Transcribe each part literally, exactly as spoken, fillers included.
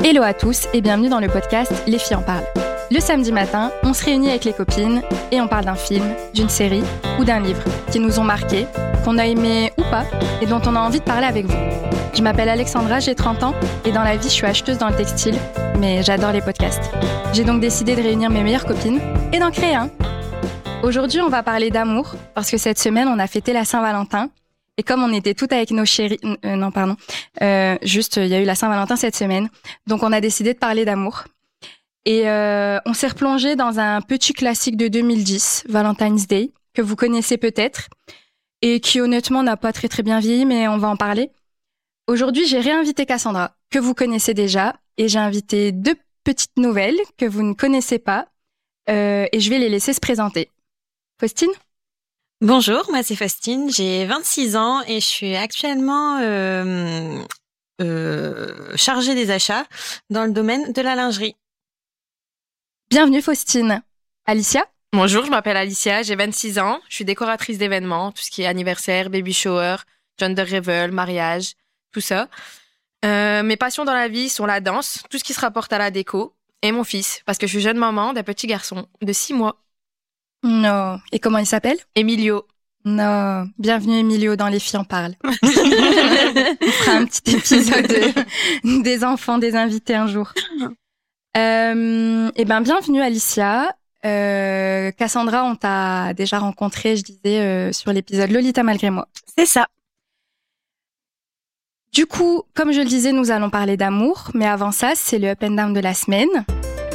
Hello à tous et bienvenue dans le podcast Les filles en parlent. Le samedi matin, on se réunit avec les copines et on parle d'un film, d'une série ou d'un livre qui nous ont marqués, qu'on a aimé ou pas et dont on a envie de parler avec vous. Je m'appelle Alexandra, j'ai trente ans et dans la vie, je suis acheteuse dans le textile, mais j'adore les podcasts. J'ai donc décidé de réunir mes meilleures copines et d'en créer un. Aujourd'hui, on va parler d'amour parce que cette semaine, on a fêté la Saint-Valentin. Et comme on était toutes avec nos chéris... Euh, non, pardon. Euh, juste, il y a eu la Saint-Valentin cette semaine. Donc, on a décidé de parler d'amour. Et euh, on s'est replongé dans un petit classique de deux mille dix, Valentine's Day, que vous connaissez peut-être, et qui honnêtement n'a pas très très bien vieilli, mais on va en parler. Aujourd'hui, j'ai réinvité Cassandra, que vous connaissez déjà, et j'ai invité deux petites nouvelles que vous ne connaissez pas, euh, et je vais les laisser se présenter. Faustine ? Bonjour, moi c'est Faustine, j'ai vingt-six ans et je suis actuellement euh, euh, chargée des achats dans le domaine de la lingerie. Bienvenue Faustine. Alicia ? Bonjour, je m'appelle Alicia, j'ai vingt-six ans, je suis décoratrice d'événements, tout ce qui est anniversaire, baby shower, gender reveal, mariage, tout ça. Euh, mes passions dans la vie sont la danse, tout ce qui se rapporte à la déco, et mon fils, parce que je suis jeune maman d'un petit garçon de six mois. Non. Et comment il s'appelle ? Emilio. Non. Bienvenue Emilio dans Les filles en parlent. On fera un petit épisode de, des enfants, des invités un jour. Euh, eh ben, bienvenue Alicia. Euh, Cassandra, on t'a déjà rencontré, je disais, euh, sur l'épisode Lolita malgré moi. C'est ça. Du coup, comme je le disais, nous allons parler d'amour. Mais avant ça, c'est le up and down de la semaine.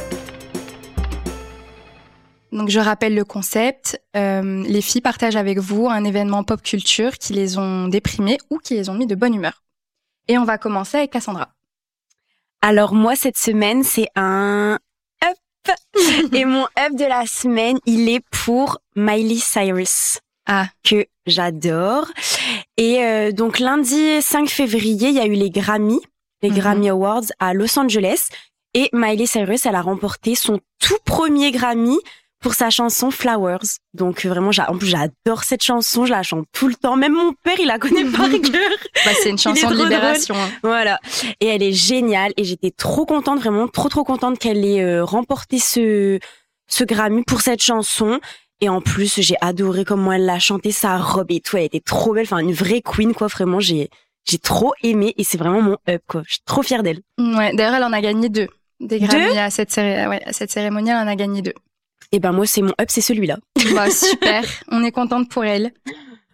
Donc, je rappelle le concept. Euh, les filles partagent avec vous un événement pop culture qui les ont déprimées ou qui les ont mis de bonne humeur. Et on va commencer avec Cassandra. Alors, moi, cette semaine, c'est un up. Et mon up de la semaine, il est pour Miley Cyrus. Ah. Que j'adore. Et euh, donc, lundi cinq février, il y a eu les Grammy, les mm-hmm. Grammy Awards à Los Angeles. Et Miley Cyrus, elle a remporté son tout premier Grammy pour sa chanson Flowers. Donc vraiment, en plus j'adore cette chanson, je la chante tout le temps. Même mon père, il la connaît par cœur. Bah, c'est une chanson de libération. Hein. Voilà. Et elle est géniale. Et j'étais trop contente, vraiment trop trop contente qu'elle ait euh, remporté ce ce Grammy pour cette chanson. Et en plus, j'ai adoré comment elle l'a chanté, sa robe et tout. Elle était trop belle, enfin une vraie queen quoi. Vraiment, j'ai j'ai trop aimé et c'est vraiment mon up quoi. Je suis trop fière d'elle. Ouais. D'ailleurs, elle en a gagné deux. Des Grammy à cette céré... ouais, à cette cérémonie, elle en a gagné deux. Et ben moi, c'est mon up, c'est celui-là. Bah, super, on est contente pour elle. Faustine ?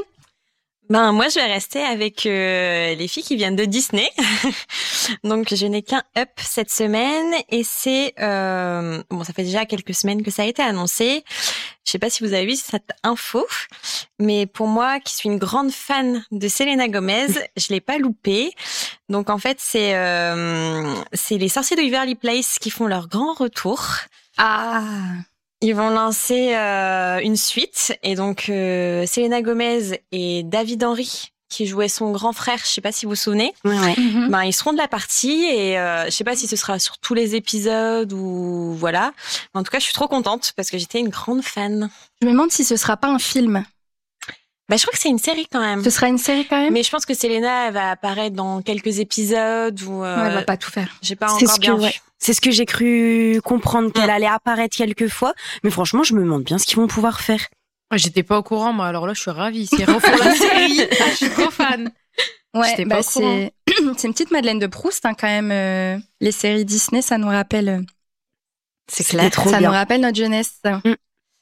Ben moi, je vais rester avec euh, les filles qui viennent de Disney. Donc, je n'ai qu'un up cette semaine et c'est... Euh, bon, ça fait déjà quelques semaines que ça a été annoncé. Je sais pas si vous avez vu cette info, mais pour moi, qui suis une grande fan de Selena Gomez, je l'ai pas loupé. Donc, en fait, c'est euh, c'est les Sorciers de Waverly Place qui font leur grand retour. Ah, ils vont lancer euh, une suite et donc euh, Selena Gomez et David Henry qui jouait son grand frère, je sais pas si vous vous souvenez. Ouais, ouais. Mm-hmm. Ben ils seront de la partie et euh, je sais pas si ce sera sur tous les épisodes ou voilà. En tout cas, je suis trop contente parce que j'étais une grande fan. Je me demande si ce sera pas un film. Bah, je crois que c'est une série quand même. Ce sera une série quand même. Mais je pense que Selena elle va apparaître dans quelques épisodes ou. Euh, ouais, elle va pas tout faire. J'ai pas c'est encore ce bien que, vu. Ouais. C'est ce que j'ai cru comprendre qu'elle mmh. allait apparaître quelques fois. Mais franchement, je me demande bien ce qu'ils vont pouvoir faire. J'étais pas au courant, moi. Alors là, je suis ravie. C'est refont la série. Je suis trop fan. Ouais, J'étais bah pas au courant. c'est c'est une petite Madeleine de Proust hein, quand même. Euh, les séries Disney, ça nous rappelle. C'est clair. Ça bien. nous rappelle notre jeunesse. Mm.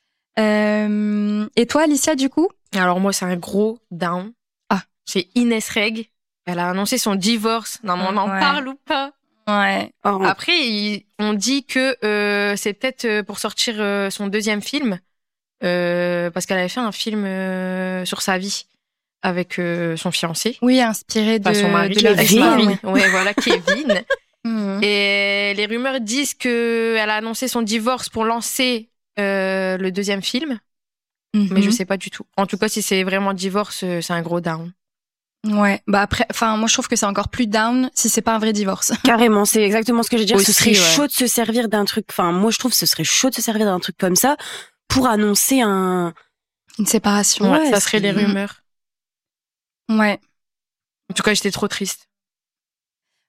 Euh, et toi, Alicia, du coup ? Alors moi, c'est un gros down. Ah, c'est Inès Reg. Elle a annoncé son divorce. Non, mais on en ouais. parle ou pas ? Ouais. Oh. Après, il, on dit que euh, c'est peut-être pour sortir euh, son deuxième film, euh, parce qu'elle avait fait un film euh, sur sa vie avec euh, son fiancé. Oui, inspiré de, enfin, son mari, de leur ex-mari. histoire. Ouais, voilà, Kevin. Mmh. Et les rumeurs disent que elle a annoncé son divorce pour lancer euh, le deuxième film, mmh. mais je sais pas du tout. En tout cas, si c'est vraiment divorce, c'est un gros down. Ouais, bah après, enfin, moi je trouve que c'est encore plus down si c'est pas un vrai divorce. Carrément, c'est exactement ce que j'ai dit. Aussi, ce serait ouais. chaud de se servir d'un truc. Enfin, moi je trouve que ce serait chaud de se servir d'un truc comme ça pour annoncer un une séparation. Ouais, Ouais, ça serait c'est... les rumeurs. Ouais. En tout cas, j'étais trop triste.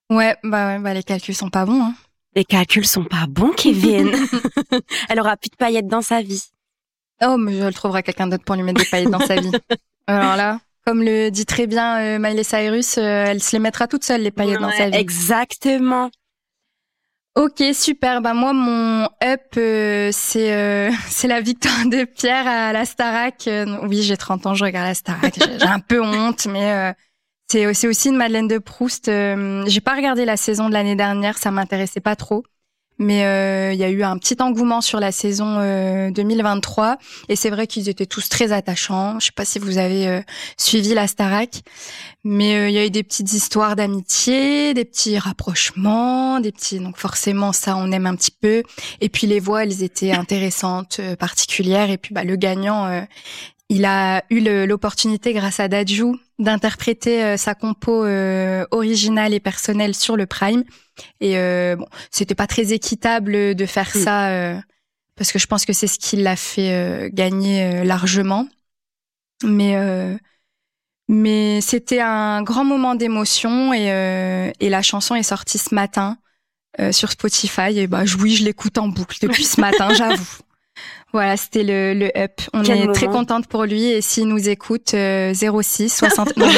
Ouais, bah, ouais, bah les calculs sont pas bons. Hein. Les calculs sont pas bons, Kevin. Elle aura plus de paillettes dans sa vie. Oh, mais elle trouvera quelqu'un d'autre pour lui mettre des paillettes dans sa vie. Alors là, comme le dit très bien euh, Miley Cyrus, euh, elle se les mettra toute seule, les paillettes ouais, dans sa vie. Exactement. Ok, super. Bah moi, mon up, euh, c'est euh, c'est la victoire de Pierre à la Starac. Euh, oui, j'ai trente ans, je regarde la Starac. J'ai, j'ai un peu honte, mais euh, c'est c'est aussi une Madeleine de Proust. Euh, j'ai pas regardé la saison de l'année dernière, ça m'intéressait pas trop. Mais il euh, y a eu un petit engouement sur la saison euh, deux mille vingt-trois et c'est vrai qu'ils étaient tous très attachants. Je sais pas si vous avez euh, suivi la Starac, mais il euh, y a eu des petites histoires d'amitié, des petits rapprochements, des petits donc forcément ça on aime un petit peu. Et puis les voix elles étaient intéressantes, euh, particulières et puis bah le gagnant euh, il a eu le, l'opportunité grâce à Dadju d'interpréter euh, sa compo euh, originale et personnelle sur le Prime. Et euh, bon, c'était pas très équitable de faire mmh. ça euh, parce que je pense que c'est ce qui l'a fait euh, gagner euh, largement. Mais euh, mais c'était un grand moment d'émotion et euh, et la chanson est sortie ce matin euh, sur Spotify et bah oui, je l'écoute en boucle depuis ce matin, j'avoue. Voilà, c'était le, le up. On Quel est moment. Très contente pour lui et s'il nous écoute, euh, zéro six soixante. Non,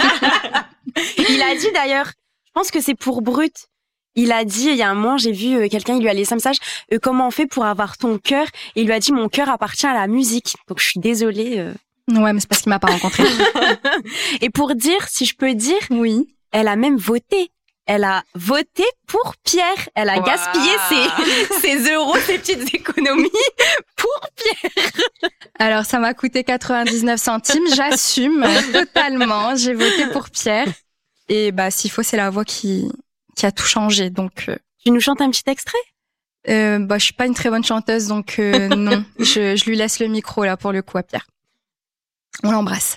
il a dit d'ailleurs, je pense que c'est pour Brut. Il a dit, il y a un moment, j'ai vu euh, quelqu'un, il lui a laissé un message, euh, comment on fait pour avoir ton cœur? Et il lui a dit, mon cœur appartient à la musique. Donc je suis désolée. Euh... Ouais, mais c'est parce qu'il m'a pas rencontré. Et pour dire, si je peux dire, oui, elle a même voté. Elle a voté pour Pierre. Elle a wow. gaspillé ses, ses euros, ses petites économies pour Pierre. Alors, ça m'a coûté quatre-vingt-dix-neuf centimes. J'assume totalement. J'ai voté pour Pierre. Et bah, s'il faut, c'est la voix qui, qui a tout changé. Donc, euh... tu nous chantes un petit extrait? Euh, bah, je suis pas une très bonne chanteuse, donc euh, non. Je, je lui laisse le micro là pour le coup à Pierre. On l'embrasse.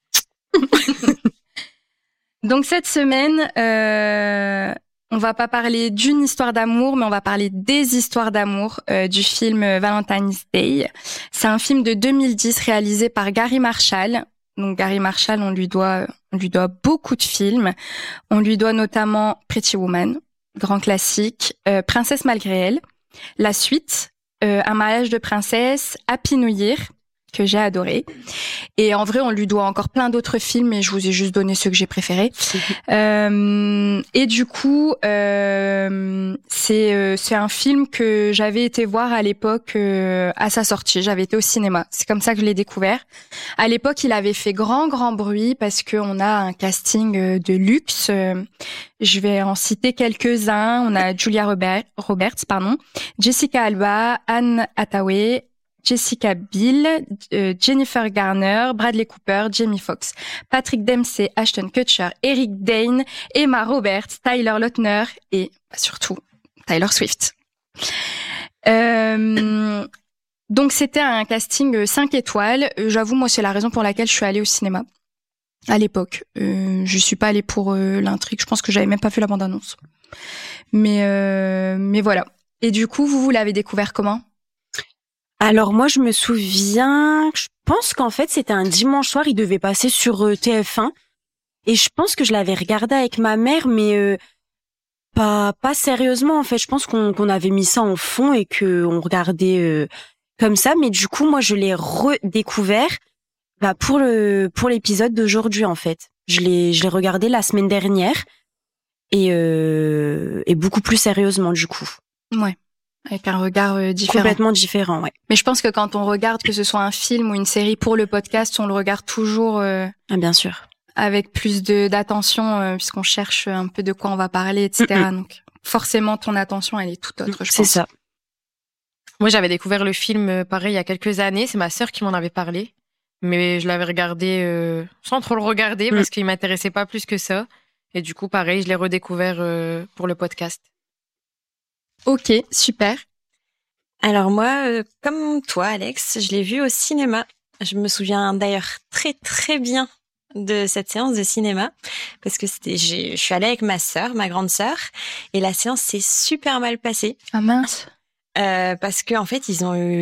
Donc cette semaine, euh, on va pas parler d'une histoire d'amour, mais on va parler des histoires d'amour euh, du film Valentine's Day. C'est un film de deux mille dix réalisé par Gary Marshall. Donc Gary Marshall, on lui doit, on lui doit beaucoup de films. On lui doit notamment Pretty Woman, grand classique, euh, Princesse malgré elle, La Suite, euh, Un mariage de princesse, Happy New Year, que j'ai adoré. Et en vrai, on lui doit encore plein d'autres films, mais je vous ai juste donné ceux que j'ai préférés. euh, et du coup, euh, c'est euh, c'est un film que j'avais été voir à l'époque euh, à sa sortie. J'avais été au cinéma. C'est comme ça que je l'ai découvert. À l'époque, il avait fait grand grand bruit parce que on a un casting de luxe. Euh, je vais en citer quelques-uns. On a Julia Robert, Roberts, pardon, Jessica Alba, Anne Hathaway, Jessica Biel, euh, Jennifer Garner, Bradley Cooper, Jamie Foxx, Patrick Dempsey, Ashton Kutcher, Eric Dane, Emma Roberts, Tyler Lautner et bah, surtout Taylor Swift. Euh, donc c'était un casting cinq étoiles. J'avoue, moi c'est la raison pour laquelle je suis allée au cinéma à l'époque. Euh, je suis pas allée pour euh, l'intrigue. Je pense que j'avais même pas fait la bande-annonce. Mais euh, mais voilà. Et du coup, vous vous l'avez découvert comment? Alors moi je me souviens, je pense qu'en fait c'était un dimanche soir, il devait passer sur euh, T F un et je pense que je l'avais regardé avec ma mère mais euh, pas pas sérieusement en fait. Je pense qu'on qu'on avait mis ça en fond et que on regardait euh, comme ça, mais du coup moi je l'ai redécouvert bah pour le pour l'épisode d'aujourd'hui en fait. Je l'ai je l'ai regardé la semaine dernière et euh, et beaucoup plus sérieusement du coup. Ouais. Avec un regard euh, différent. Complètement différent, ouais. Mais je pense que quand on regarde, que ce soit un film ou une série pour le podcast, on le regarde toujours euh, ah, bien sûr, avec plus de d'attention, euh, puisqu'on cherche un peu de quoi on va parler, et cetera. Mm-hmm. Donc forcément, ton attention, elle est tout autre, je C'est pense. ça. Moi, j'avais découvert le film, pareil, il y a quelques années. C'est ma sœur qui m'en avait parlé. Mais je l'avais regardé euh, sans trop le regarder, mm. parce qu'il m'intéressait pas plus que ça. Et du coup, pareil, je l'ai redécouvert euh, pour le podcast. Ok, super. Alors moi, euh, comme toi, Alex, je l'ai vu au cinéma. Je me souviens d'ailleurs très très bien de cette séance de cinéma parce que c'était, j'ai, je suis allée avec ma sœur, ma grande sœur, et la séance s'est super mal passée. Ah mince. Euh, parce que en fait, ils ont eu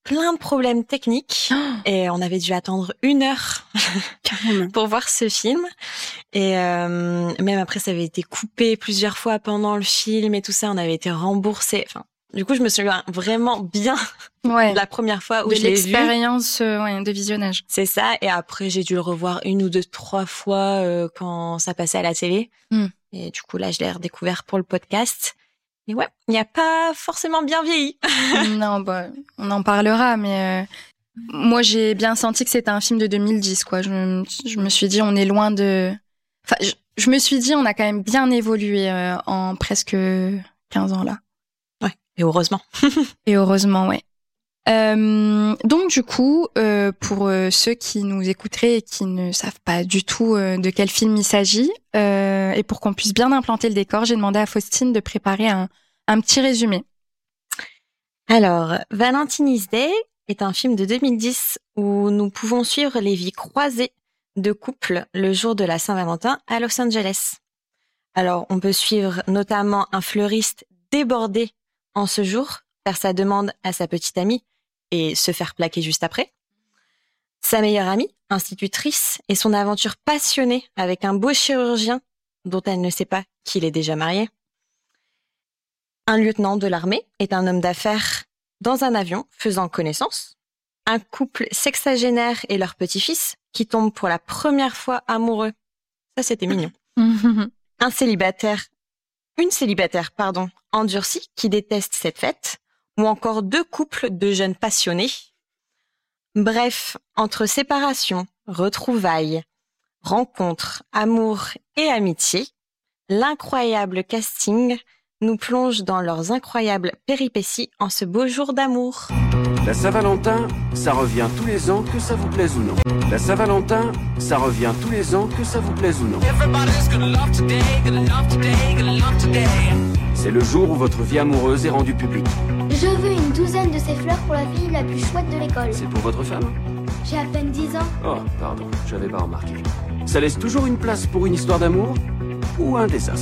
plein de problèmes techniques oh et on avait dû attendre une heure pour voir ce film. Et euh, même après, ça avait été coupé plusieurs fois pendant le film et tout ça. On avait été remboursé. Enfin, du coup, je me souviens vraiment bien ouais. de la première fois où de je l'ai vu. L'expérience euh, ouais, de visionnage. C'est ça. Et après, j'ai dû le revoir une ou deux, trois fois euh, quand ça passait à la télé. Mm. Et du coup, là, je l'ai redécouvert pour le podcast. Et ouais, il n'y a pas forcément bien vieilli. Non, bah, on en parlera, mais euh, moi, j'ai bien senti que c'était un film de deux mille dix, quoi. Je, je me suis dit, on est loin de... Enfin, je, je me suis dit, on a quand même bien évolué euh, en presque quinze ans, là. Ouais, et heureusement. Et heureusement, ouais. Euh, donc, du coup, euh, pour euh, ceux qui nous écouteraient et qui ne savent pas du tout euh, de quel film il s'agit, euh, et pour qu'on puisse bien implanter le décor, j'ai demandé à Faustine de préparer un, un petit résumé. Alors, Valentine's Day est un film de deux mille dix où nous pouvons suivre les vies croisées de couples le jour de la Saint-Valentin à Los Angeles. Alors, on peut suivre notamment un fleuriste débordé en ce jour, faire sa demande à sa petite amie et se faire plaquer juste après. Sa meilleure amie, institutrice, et son aventure passionnée avec un beau chirurgien dont elle ne sait pas qu'il est déjà marié. Un lieutenant de l'armée est un homme d'affaires dans un avion faisant connaissance. Un couple sexagénaire et leur petit-fils qui tombent pour la première fois amoureux. Ça, c'était mignon. Un célibataire, une célibataire, pardon, endurcie qui déteste cette fête. Ou encore deux couples de jeunes passionnés. Bref, entre séparation, retrouvailles, rencontres, amour et amitié, l'incroyable casting nous plonge dans leurs incroyables péripéties en ce beau jour d'amour. La Saint-Valentin, ça revient tous les ans, que ça vous plaise ou non. La Saint-Valentin, ça revient tous les ans, que ça vous plaise ou non. C'est le jour où votre vie amoureuse est rendue publique. Je veux une douzaine de ces fleurs pour la fille la plus chouette de l'école. C'est pour votre femme ? J'ai à peine dix ans. Oh, pardon, j'avais pas remarqué. Ça laisse toujours une place pour une histoire d'amour ou un désastre ?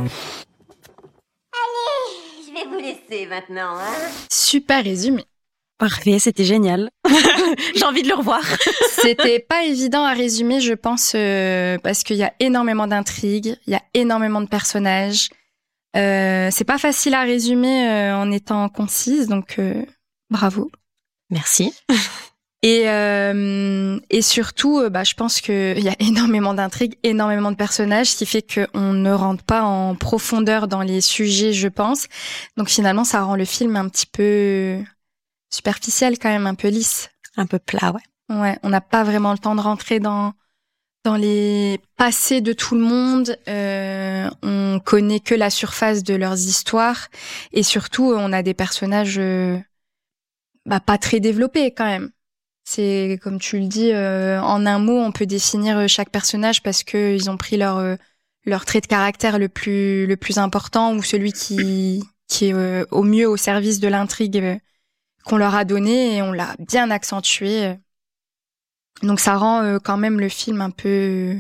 Allez, je vais vous laisser maintenant, hein ? Super résumé. Parfait, c'était génial. J'ai envie de le revoir. C'était pas évident à résumer, je pense, euh, parce qu'il y a énormément d'intrigues, il y a énormément de personnages. Euh, c'est pas facile à résumer euh, en étant concise, donc euh, bravo. Merci. Et euh, et surtout, euh, bah, je pense que il y a énormément d'intrigues, énormément de personnages, ce qui fait qu'on ne rentre pas en profondeur dans les sujets, je pense. Donc finalement, ça rend le film un petit peu superficiel, quand même, un peu lisse, un peu plat, ouais. Ouais, on n'a pas vraiment le temps de rentrer dans dans les passés de tout le monde. Euh, on connaît que la surface de leurs histoires et surtout, on a des personnages euh, bah, pas très développés quand même. C'est comme tu le dis, euh, en un mot, on peut définir chaque personnage parce que ils ont pris leur euh, leur trait de caractère le plus le plus important ou celui qui qui est euh, au mieux au service de l'intrigue euh, qu'on leur a donné et on l'a bien accentué. Donc ça rend euh, quand même le film un peu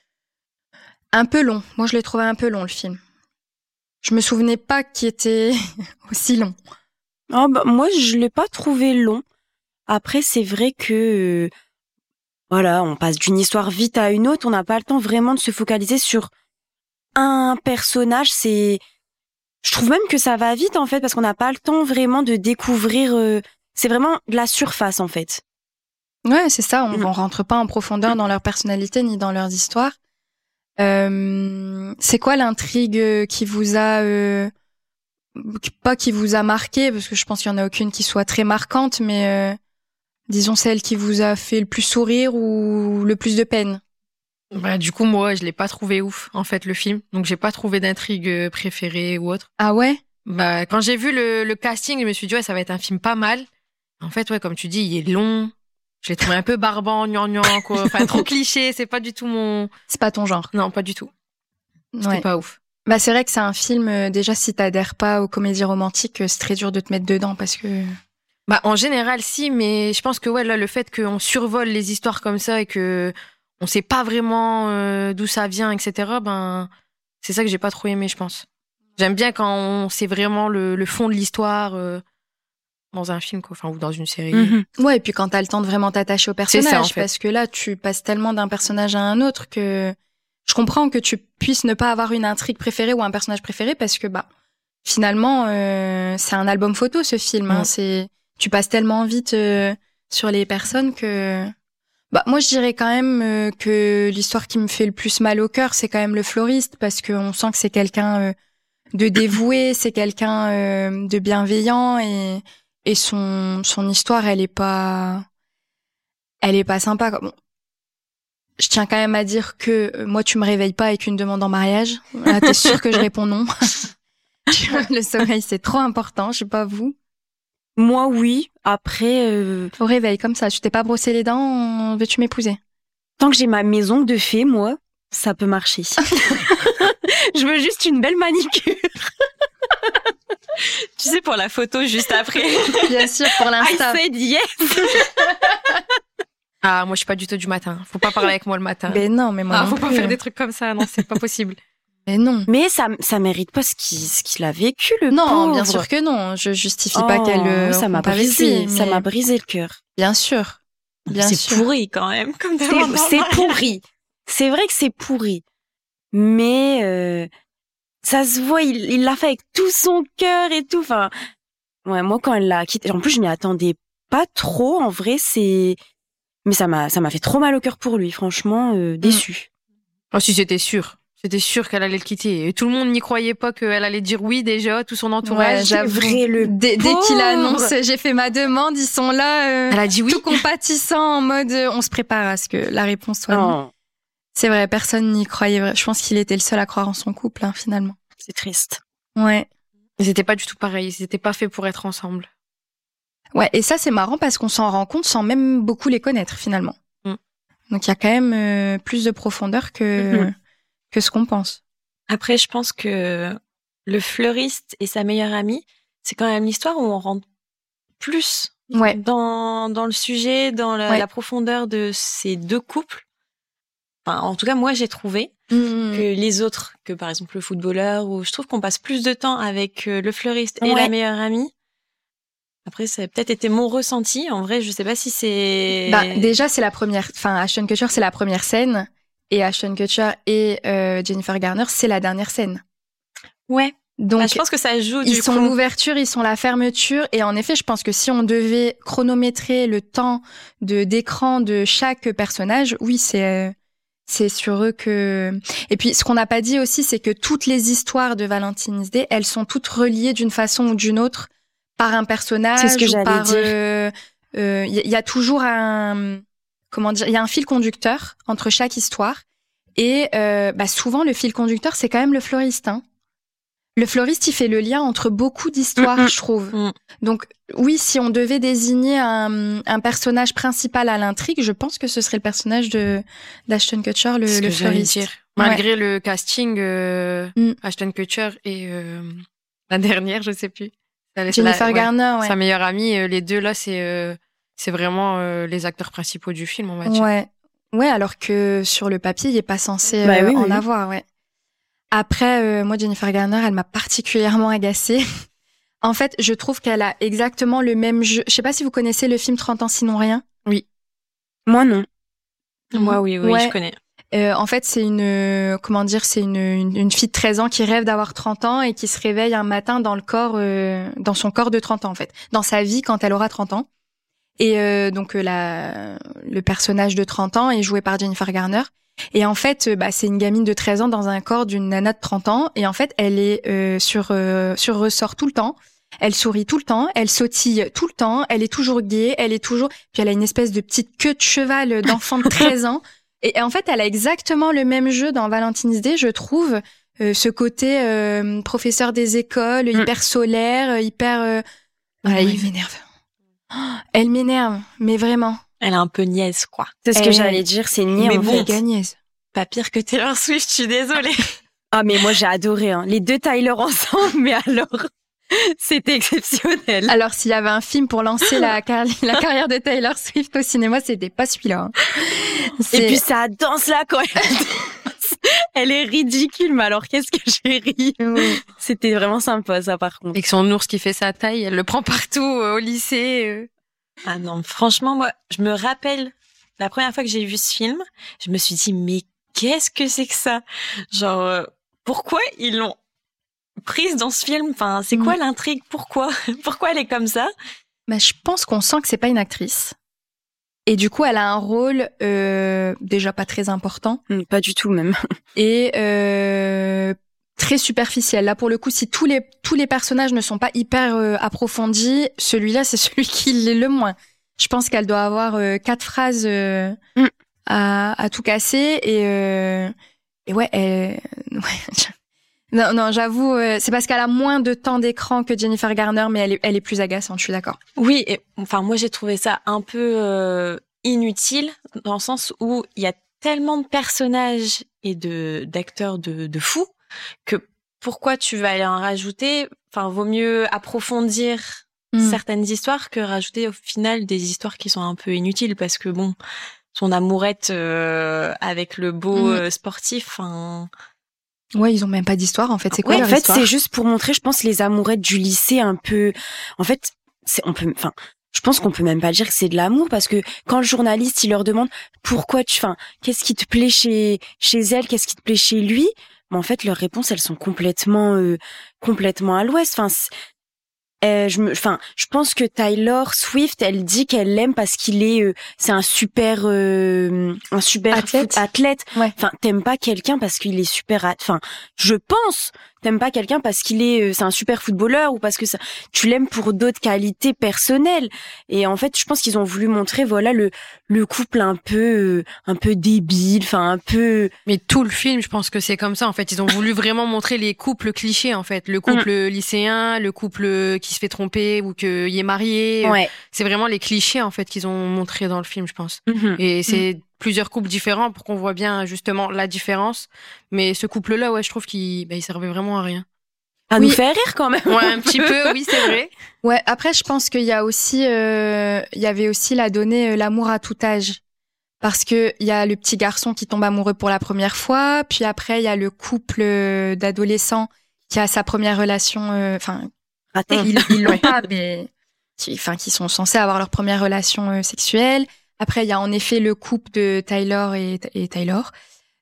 un peu long. Moi, je l'ai trouvé un peu long le film. Je me souvenais pas qu'il était aussi long. Oh bah, moi, je l'ai pas trouvé long. Après, c'est vrai que, euh, voilà, on passe d'une histoire vite à une autre. On n'a pas le temps vraiment de se focaliser sur un personnage. C'est, je trouve même que ça va vite, en fait, parce qu'on n'a pas le temps vraiment de découvrir, euh, c'est vraiment de la surface, en fait. Ouais, c'est ça. On, Mmh. on rentre pas en profondeur dans leur personnalité ni dans leurs histoires. Euh, c'est quoi l'intrigue qui vous a, euh, pas qui vous a marqué, parce que je pense qu'il y en a aucune qui soit très marquante, mais euh, disons celle qui vous a fait le plus sourire ou le plus de peine. Bah, du coup, moi, je l'ai pas trouvé ouf, en fait, le film. Donc, j'ai pas trouvé d'intrigue préférée ou autre. Ah ouais? Bah, quand j'ai vu le, le casting, je me suis dit, ouais, ça va être un film pas mal. En fait, ouais, comme tu dis, il est long. Je l'ai trouvé un peu barbant, gnangnan, quoi. Enfin, trop cliché, c'est pas du tout mon... C'est pas ton genre. Non, pas du tout. C'était Ouais. pas ouf. Bah c'est vrai que c'est un film, euh, déjà si t'adhères pas aux comédies romantiques, euh, c'est très dur de te mettre dedans parce que... Bah, en général, si, mais je pense que, ouais, là, le fait qu'on survole les histoires comme ça et que on sait pas vraiment euh, d'où ça vient, et cetera, ben, c'est ça que j'ai pas trop aimé, je pense. J'aime bien quand on sait vraiment le, le fond de l'histoire, euh, dans un film, quoi, enfin, ou dans une série. Mhm. Ouais, et puis quand t'as le temps de vraiment t'attacher au personnage, C'est ça, en fait. parce que là, tu passes tellement d'un personnage à un autre que je comprends que tu puisses ne pas avoir une intrigue préférée ou un personnage préféré, parce que bah finalement, euh, c'est un album photo ce film. Hein, Ouais. c'est tu passes tellement vite euh, sur les personnes que bah moi je dirais quand même euh, que l'histoire qui me fait le plus mal au cœur, c'est quand même le fleuriste, parce que on sent que c'est quelqu'un euh, de dévoué, c'est quelqu'un euh, de bienveillant, et et son son histoire, elle est pas elle est pas sympa. Bon, je tiens quand même à dire que euh, moi tu me réveilles pas avec une demande en mariage. Là, t'es sûr que je réponds non. Le sommeil, c'est trop important, je sais pas vous. Moi, oui. Après, euh, Au réveil, comme ça, tu t'es pas brossé les dents, veux-tu m'épouser? tant que j'ai ma maison de fée, moi, ça peut marcher. Je veux juste une belle manicure. Tu sais, pour la photo juste après. Bien sûr, pour l'insta. I said yes. Ah, moi, je suis pas du tout du matin. Faut pas parler avec moi le matin. Mais non, mais moi Ah, non faut pas plus. faire des trucs comme ça, non, c'est pas possible. Mais non. Mais ça, ça mérite pas ce qu'il, ce qu'il a vécu, le Non, pauvre. bien sûr que non. Je justifie pas Oh, qu'elle euh, ça m'a rompe avec brisé, lui, ça mais m'a brisé le cœur. Bien sûr. Bien C'est sûr. pourri quand même, comme C'est, demande en c'est mariage. pourri. C'est vrai que c'est pourri. Mais euh, ça se voit, il, il l'a fait avec tout son cœur et tout. Enfin, ouais, moi quand elle l'a quitté, en plus je m'y attendais pas trop. En vrai, c'est, mais ça m'a, ça m'a fait trop mal au cœur pour lui. Franchement, euh, déçu. Oh, si, c'était sûr. C'était sûr qu'elle allait le quitter. Et tout le monde n'y croyait pas qu'elle allait dire oui déjà, tout son entourage. Ouais, j'avoue. vrai, le Dès, dès qu'il pauvre. annonce, j'ai fait ma demande, ils sont là, euh, Elle a dit oui. tout compatissant, en mode, euh, on se prépare à ce que la réponse soit non. Oh, C'est vrai, personne n'y croyait. vrai- Je pense qu'il était le seul à croire en son couple, hein, finalement. c'est triste. Ouais. Ils étaient pas du tout pareils. Ils étaient pas faits pour être ensemble. Ouais, et ça, c'est marrant parce qu'on s'en rend compte sans même beaucoup les connaître, finalement. Mm. Donc, il y a quand même euh, plus de profondeur que, Mhm. que ce qu'on pense. Après, je pense que le fleuriste et sa meilleure amie, c'est quand même l'histoire où on rentre plus Ouais. dans, dans le sujet, dans la, Ouais. la profondeur de ces deux couples. Enfin, en tout cas, moi, j'ai trouvé Mm. que les autres, que par exemple le footballeur, où je trouve qu'on passe plus de temps avec euh, le fleuriste et Ouais. la meilleure amie. Après, ça a peut-être été mon ressenti. En vrai, je sais pas si c'est... Bah, déjà, c'est la première, enfin, Ashton Kutcher, c'est la première scène. Et Ashton Kutcher et euh, Jennifer Garner, c'est la dernière scène. Ouais. Donc, Bah, je pense que ça joue ils du sont coup. l'ouverture, ils sont la fermeture. Et en effet, je pense que si on devait chronométrer le temps de d'écran de chaque personnage, oui, c'est euh, c'est sur eux que. Et puis, ce qu'on n'a pas dit aussi, c'est que toutes les histoires de Valentine's Day, elles sont toutes reliées d'une façon ou d'une autre par un personnage. C'est ce que ou j'allais par, dire. euh, euh, Il y, y a toujours un comment dire, il y a un fil conducteur entre chaque histoire. Et euh, bah souvent, le fil conducteur, c'est quand même le fleuriste. Hein. Le fleuriste, il fait le lien entre beaucoup d'histoires, Mm-mm. je trouve. Mm. Donc, oui, si on devait désigner un, un personnage principal à l'intrigue, je pense que ce serait le personnage de d'Ashton Kutcher, le, C'est ce le que j'allais fleuriste. dire. Malgré le casting, euh, Mm. Ashton Kutcher et euh, la dernière, je sais plus. Elle- Jennifer la- ouais, Garner, ouais. Sa meilleure amie, euh, les deux là, c'est euh, c'est vraiment euh, les acteurs principaux du film, on va dire. Ouais. Ouais, alors que sur le papier, il est pas censé Bah euh, oui, en oui. avoir, ouais. Après, euh, moi, Jennifer Garner, elle m'a particulièrement agacée. En fait, je trouve qu'elle a exactement le même jeu. Je sais pas si vous connaissez le film trente ans sinon rien. Moi, non. Moi, oui, oui, Ouais. je connais. Euh, en fait, c'est une, euh, comment dire, c'est une, une, une fille de treize ans qui rêve d'avoir trente ans et qui se réveille un matin dans le corps, euh, dans son corps de trente ans, en fait. Dans sa vie quand elle aura trente ans. Et euh, donc, euh, la, le personnage de trente ans est joué par Jennifer Garner. Et en fait, euh, bah, c'est une gamine de treize ans dans un corps d'une nana de trente ans. Et en fait, elle est euh, sur, euh, sur ressort tout le temps. Elle sourit tout le temps, elle sautille tout le temps, elle est toujours gaie, elle est toujours... Puis elle a une espèce de petite queue de cheval d'enfant de treize ans. Et en fait, elle a exactement le même jeu dans Valentine's Day, je trouve. Euh, ce côté euh, professeur des écoles, Mm. hyper solaire, euh, hyper... Euh... Ah, il m'énerve. Oh, elle m'énerve, mais vraiment. Elle est un peu niaise, quoi. C'est ce Eh, que j'allais dire, c'est niais mais en bon. fait. Méga niaise. Pas pire que Taylor Swift, je suis désolée. Ah mais moi j'ai adoré hein. Les deux Tyler ensemble, mais alors c'était exceptionnel. Alors, s'il y avait un film pour lancer la, car- la carrière de Taylor Swift au cinéma, c'était pas celui-là. hein. Et C'est- puis ça danse là quand elle danse. Elle est ridicule, mais alors qu'est-ce que j'ai ri. Oui. C'était vraiment sympa, ça, par contre. Et que son ours qui fait sa taille, elle le prend partout euh, au lycée. Euh. Ah non, franchement, moi, je me rappelle la première fois que j'ai vu ce film, je me suis dit, mais qu'est-ce que c'est que ça? Genre, euh, pourquoi ils l'ont prise dans ce film? Enfin, c'est quoi mmh. l'intrigue? Pourquoi? Pourquoi elle est comme ça? Bah, je pense qu'on sent que c'est pas une actrice. Et du coup, elle a un rôle euh, déjà pas très important. Mmh, pas du tout même. Et euh, très superficiel. Là, pour le coup, si tous les tous les personnages ne sont pas hyper euh, approfondis, celui-là, c'est celui qui l'est le moins. Je pense qu'elle doit avoir euh, quatre phrases euh, mmh. à, à tout casser. Et, euh, et ouais, elle, ouais. Non, non, j'avoue, euh, c'est parce qu'elle a moins de temps d'écran que Jennifer Garner, mais elle est, elle est plus agaçante, je suis d'accord. Oui, et, enfin, moi, j'ai trouvé ça un peu euh, inutile, dans le sens où il y a tellement de personnages et de d'acteurs de, de fous, que pourquoi tu vas aller en rajouter? Enfin, vaut mieux approfondir mmh. certaines histoires que rajouter, au final, des histoires qui sont un peu inutiles, parce que bon, son amourette euh, avec le beau mmh. euh, sportif, enfin... Ouais, ils ont même pas d'histoire, en fait. C'est quoi ouais, leur en fait, histoire? C'est juste pour montrer, je pense, les amourettes du lycée un peu... En fait, c'est, on peut, enfin, je pense qu'on peut même pas dire que c'est de l'amour, parce que quand le journaliste, il leur demande pourquoi tu, enfin, qu'est-ce qui te plaît chez, chez elle, qu'est-ce qui te plaît chez lui, mais en fait, leurs réponses, elles sont complètement, euh, complètement à l'ouest. Enfin, Euh, je me, enfin, je pense que Taylor Swift, elle dit qu'elle l'aime parce qu'il est, euh, c'est un super, euh, un super athlète. athlète. Ouais. Enfin, t'aimes pas quelqu'un parce qu'il est super, at- enfin, je pense, t'aimes pas quelqu'un parce qu'il est, euh, c'est un super footballeur ou parce que ça, tu l'aimes pour d'autres qualités personnelles. Et en fait, je pense qu'ils ont voulu montrer, voilà, le, le couple un peu, euh, un peu débile, enfin, un peu. Mais tout le film, je pense que c'est comme ça. En fait, ils ont voulu vraiment montrer les couples clichés. En fait, le couple mmh. lycéen, le couple qui se fait tromper ou qu'il est marié. Ouais. C'est vraiment les clichés en fait qu'ils ont montré dans le film, je pense. Mmh. Et c'est mmh. plusieurs couples différents pour qu'on voit bien justement la différence. Mais ce couple-là, ouais, je trouve qu'il bah, il servait vraiment à rien. À oui. nous faire rire quand même. Ouais, un petit peu, oui, c'est vrai. Ouais, après, je pense qu'il y a aussi, euh, il y avait aussi la donnée euh, l'amour à tout âge. Parce que il y a le petit garçon qui tombe amoureux pour la première fois, puis après il y a le couple euh, d'adolescents qui a sa première relation, enfin, euh, ils, ils l'ont pas, mais qui, enfin, qui sont censés avoir leur première relation euh, sexuelle. Après, il y a en effet le couple de Taylor et, et Taylor.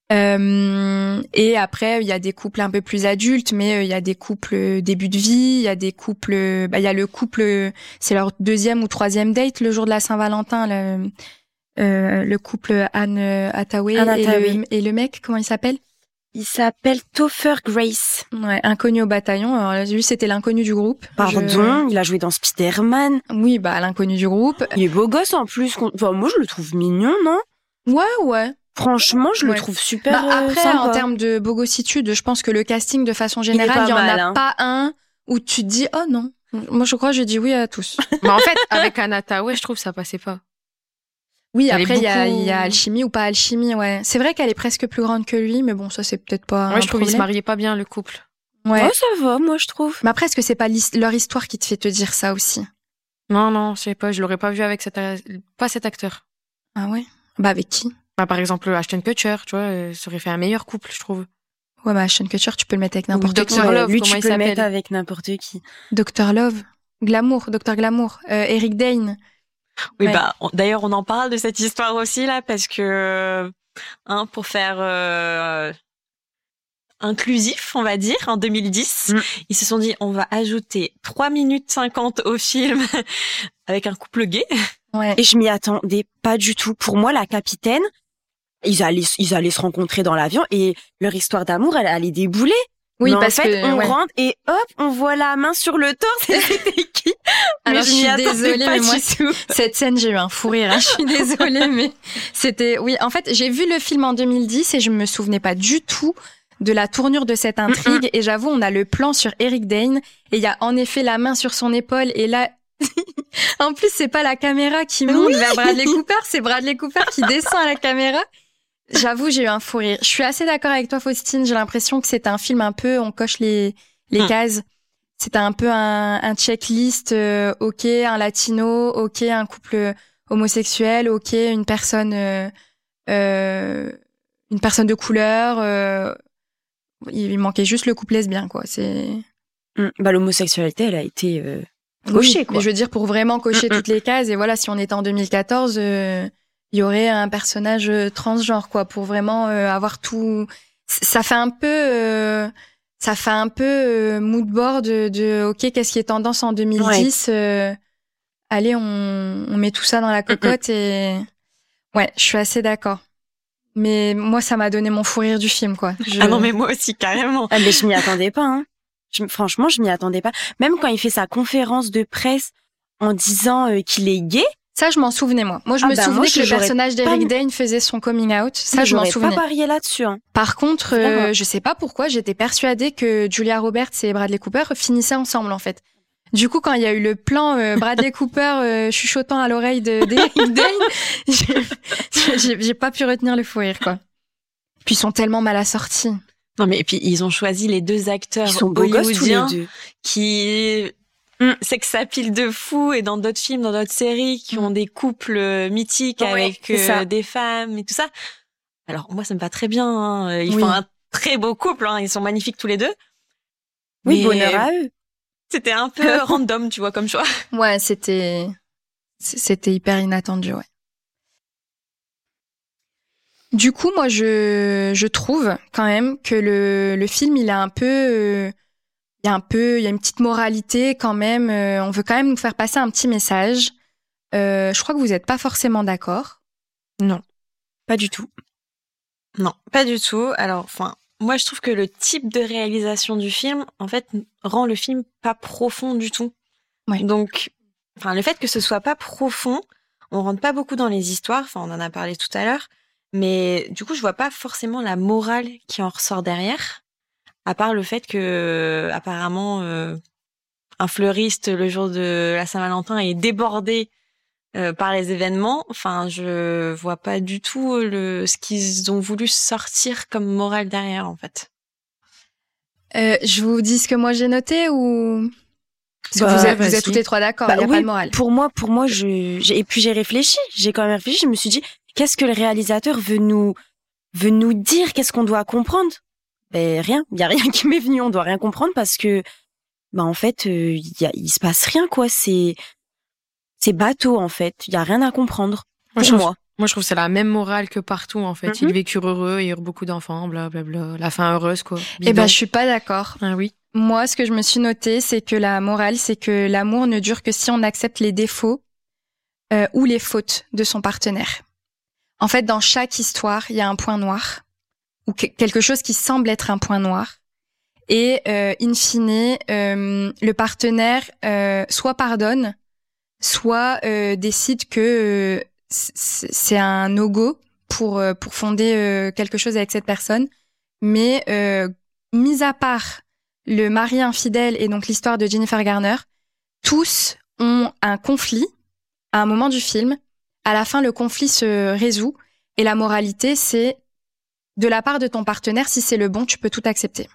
Euh, et après, il y a des couples un peu plus adultes, mais euh, il y a des couples début de vie, il y a des couples, bah, il y a le couple, c'est leur deuxième ou troisième date le jour de la Saint-Valentin, le, euh, le couple Anne Hathaway, Anne et, Hathaway. Le, et le mec, comment il s'appelle? Il s'appelle Topher Grace. Ouais, inconnu au bataillon. Alors lui, c'était l'inconnu du groupe. Pardon, je... il a joué dans Spider-Man. Oui, bah l'inconnu du groupe. Il est beau gosse en plus. Enfin, moi, je le trouve mignon, non? Ouais, ouais. Franchement, je ouais. le trouve super bah, après, sympa. En termes de bogossitude, je pense que le casting, de façon générale, il y en mal, a hein. pas un où tu te dis « Oh non ». Moi, je crois que j'ai dit oui à tous. Mais en fait, avec Anne Hathaway, je trouve que ça passait pas. Oui, elle après, il beaucoup... y, a, y a alchimie ou pas alchimie, ouais. C'est vrai qu'elle est presque plus grande que lui, mais bon, ça, c'est peut-être pas ouais, un je trouve problème. qu'ils se mariaient pas bien, le couple. Ouais. ouais, ça va, moi, je trouve. Mais après, est-ce que c'est pas leur histoire qui te fait te dire ça aussi? Non, non, je sais pas, je l'aurais pas vu avec cet, pas cet acteur. Ah ouais? Bah, avec qui? Bah, par exemple, Ashton Kutcher, tu vois, ça aurait fait un meilleur couple, je trouve. Ouais, bah, Ashton Kutcher, tu peux le mettre avec n'importe qui. docteur Love, lui, comment tu il peux le s'appelle? mettre avec n'importe qui. docteur Love. Glamour, docteur Glamour. Euh, Eric Dane. Oui, ouais. bah, on, d'ailleurs, on en parle de cette histoire aussi, là, parce que, hein, pour faire, euh, inclusif, on va dire, en deux mille dix, mm. ils se sont dit, on va ajouter trois minutes cinquante au film avec un couple gay. Ouais. Et je m'y attendais pas du tout. Pour moi, la capitaine, ils allaient, ils allaient se rencontrer dans l'avion et leur histoire d'amour, elle allait débouler. Oui, mais parce en fait, que, on ouais. rentre et hop, on voit la main sur le torse. C'était qui? Alors, je suis désolée, mais moi, tout. cette scène, j'ai eu un fou rire. Hein. Je suis désolée, mais c'était, oui, en fait, j'ai vu le film en deux mille dix et je me souvenais pas du tout de la tournure de cette intrigue. Mm-hmm. Et j'avoue, on a le plan sur Eric Dane et il y a en effet la main sur son épaule et là, en plus, c'est pas la caméra qui monte oui. vers Bradley Cooper, c'est Bradley Cooper qui descend à la caméra. J'avoue, j'ai eu un fou rire. Je suis assez d'accord avec toi, Faustine. J'ai l'impression que c'est un film un peu, on coche les les hum. cases. C'était un peu un, un checklist. Euh, ok, un latino. Ok, un couple homosexuel. Ok, une personne, euh, euh, une personne de couleur. Euh, il manquait juste le couple lesbien, quoi. C'est. Mmh. Bah, l'homosexualité, elle a été euh, cochée, oui, quoi. Mais je veux dire, pour vraiment cocher mmh. toutes les cases, et voilà, si on était en deux mille quatorze, euh, il y aurait un personnage transgenre, quoi, pour vraiment euh, avoir tout. Ça fait un peu. Euh, ça fait un peu euh, mood board de, de OK, qu'est-ce qui est tendance en deux mille dix ouais. euh, Allez, on, on met tout ça dans la cocotte mmh. et ouais, je suis assez d'accord. Mais moi, ça m'a donné mon fou rire du film, quoi. Je... Ah non, mais moi aussi, carrément. Ah, mais je m'y attendais pas, hein. Je, franchement, je m'y attendais pas. Même quand il fait sa conférence de presse en disant euh, qu'il est gay. Ça, je m'en souvenais, moi. Moi, je ah me bah souvenais moi, que le personnage d'Eric pas... Dane faisait son coming out. Ça, je m'en souvenais. J'aurais pas parié là-dessus. Hein. Par contre, euh, je sais pas pourquoi, j'étais persuadée que Julia Roberts et Bradley Cooper finissaient ensemble, en fait. Du coup, quand il y a eu le plan euh, Bradley Cooper euh, chuchotant à l'oreille de d'Eric Dane, j'ai, j'ai, j'ai pas pu retenir le fou rire, quoi. Puis ils sont tellement mal assortis. Non, mais et puis ils ont choisi les deux acteurs ils sont hollywoodiens tous les deux. qui mm. c'est que ça pile de fou et dans d'autres films, dans d'autres séries qui ont des couples mythiques ouais, avec euh, des femmes et tout ça. Alors moi, ça me va très bien. Hein. Ils oui. font un très beau couple. Hein. Ils sont magnifiques tous les deux. Oui, mais bonheur à eux. C'était un peu random, tu vois, comme choix. Ouais, c'était c'était hyper inattendu, ouais. Du coup, moi, je je trouve quand même que le le film, il a un peu euh, il y a un peu il y a une petite moralité quand même. Euh, on veut quand même nous faire passer un petit message. Euh, je crois que vous êtes pas forcément d'accord. Non, pas du tout. Non, pas du tout. Alors, enfin. Moi, je trouve que le type de réalisation du film, en fait, rend le film pas profond du tout. Ouais. Donc, enfin, le fait que ce soit pas profond, on rentre pas beaucoup dans les histoires. Enfin, on en a parlé tout à l'heure. Mais du coup, je vois pas forcément la morale qui en ressort derrière. À part le fait que, apparemment, euh, un fleuriste, le jour de la Saint-Valentin, est débordé Euh, par les événements, enfin, je vois pas du tout le ce qu'ils ont voulu sortir comme morale derrière, en fait. Euh, je vous dis ce que moi j'ai noté ou parce bah, que vous êtes, vous êtes toutes les trois d'accord, il bah, y a oui, pas de morale. Pour moi, pour moi, je j'ai, et puis j'ai réfléchi, j'ai quand même réfléchi, je me suis dit qu'est-ce que le réalisateur veut nous veut nous dire, qu'est-ce qu'on doit comprendre? Ben rien, il y a rien qui m'est venu, on doit rien comprendre parce que bah en fait, il euh, y a il se passe rien quoi, c'est C'est bateau, en fait. Il y a rien à comprendre. Moi, pour je trouve, moi. moi, je trouve que c'est la même morale que partout, en fait. Mm-hmm. Ils vécurent heureux, ils eurent beaucoup d'enfants, blablabla. La fin heureuse, quoi. Eh ben, je suis pas d'accord. Ah oui. Moi, ce que je me suis noté, c'est que la morale, c'est que l'amour ne dure que si on accepte les défauts euh, ou les fautes de son partenaire. En fait, dans chaque histoire, il y a un point noir ou que- quelque chose qui semble être un point noir. Et, euh, in fine, euh, le partenaire euh, soit pardonne, soit euh, décide que euh, c'est un no-go pour euh, pour fonder euh, quelque chose avec cette personne. Mais euh, mis à part le mari infidèle et donc l'histoire de Jennifer Garner, tous ont un conflit à un moment du film. À la fin, le conflit se résout et la moralité, c'est de la part de ton partenaire, si c'est le bon, tu peux tout accepter.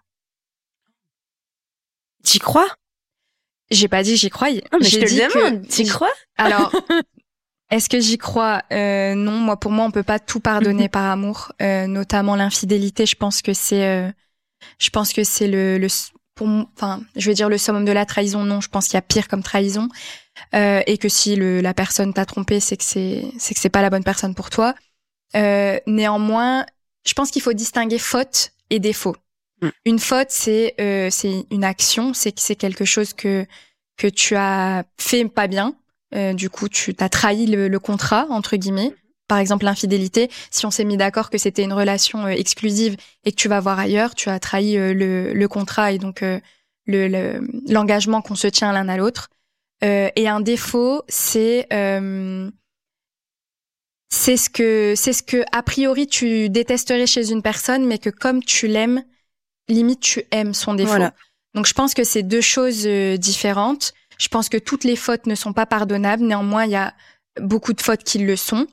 T'y crois ? J'ai pas dit que j'y croyais. Non, mais J'ai je te dit le demande. Que... T'y crois ? Alors, est-ce que j'y crois ? euh, Non, moi, pour moi, on peut pas tout pardonner par amour, euh, notamment l'infidélité. Je pense que c'est, euh, je pense que c'est le, le, pour, enfin, je vais dire le summum de la trahison. Non, je pense qu'il y a pire comme trahison, euh, et que si le, la personne t'a trompé, c'est que c'est, c'est que c'est pas la bonne personne pour toi. Euh, néanmoins, je pense qu'il faut distinguer faute et défaut. Une faute, c'est euh, c'est une action, c'est c'est quelque chose que que tu as fait pas bien. Euh, du coup, tu t'as trahi le, le contrat entre guillemets. Par exemple, l'infidélité. Si on s'est mis d'accord que c'était une relation euh, exclusive et que tu vas voir ailleurs, tu as trahi euh, le le contrat et donc euh, le, le l'engagement qu'on se tient l'un à l'autre. Euh, et un défaut, c'est euh, c'est ce que c'est ce que a priori tu détesterais chez une personne, mais que comme tu l'aimes, limite tu aimes son défaut. Voilà. Donc je pense que c'est deux choses euh, différentes. Je pense que toutes les fautes ne sont pas pardonnables. Néanmoins, il y a beaucoup de fautes qui le sont.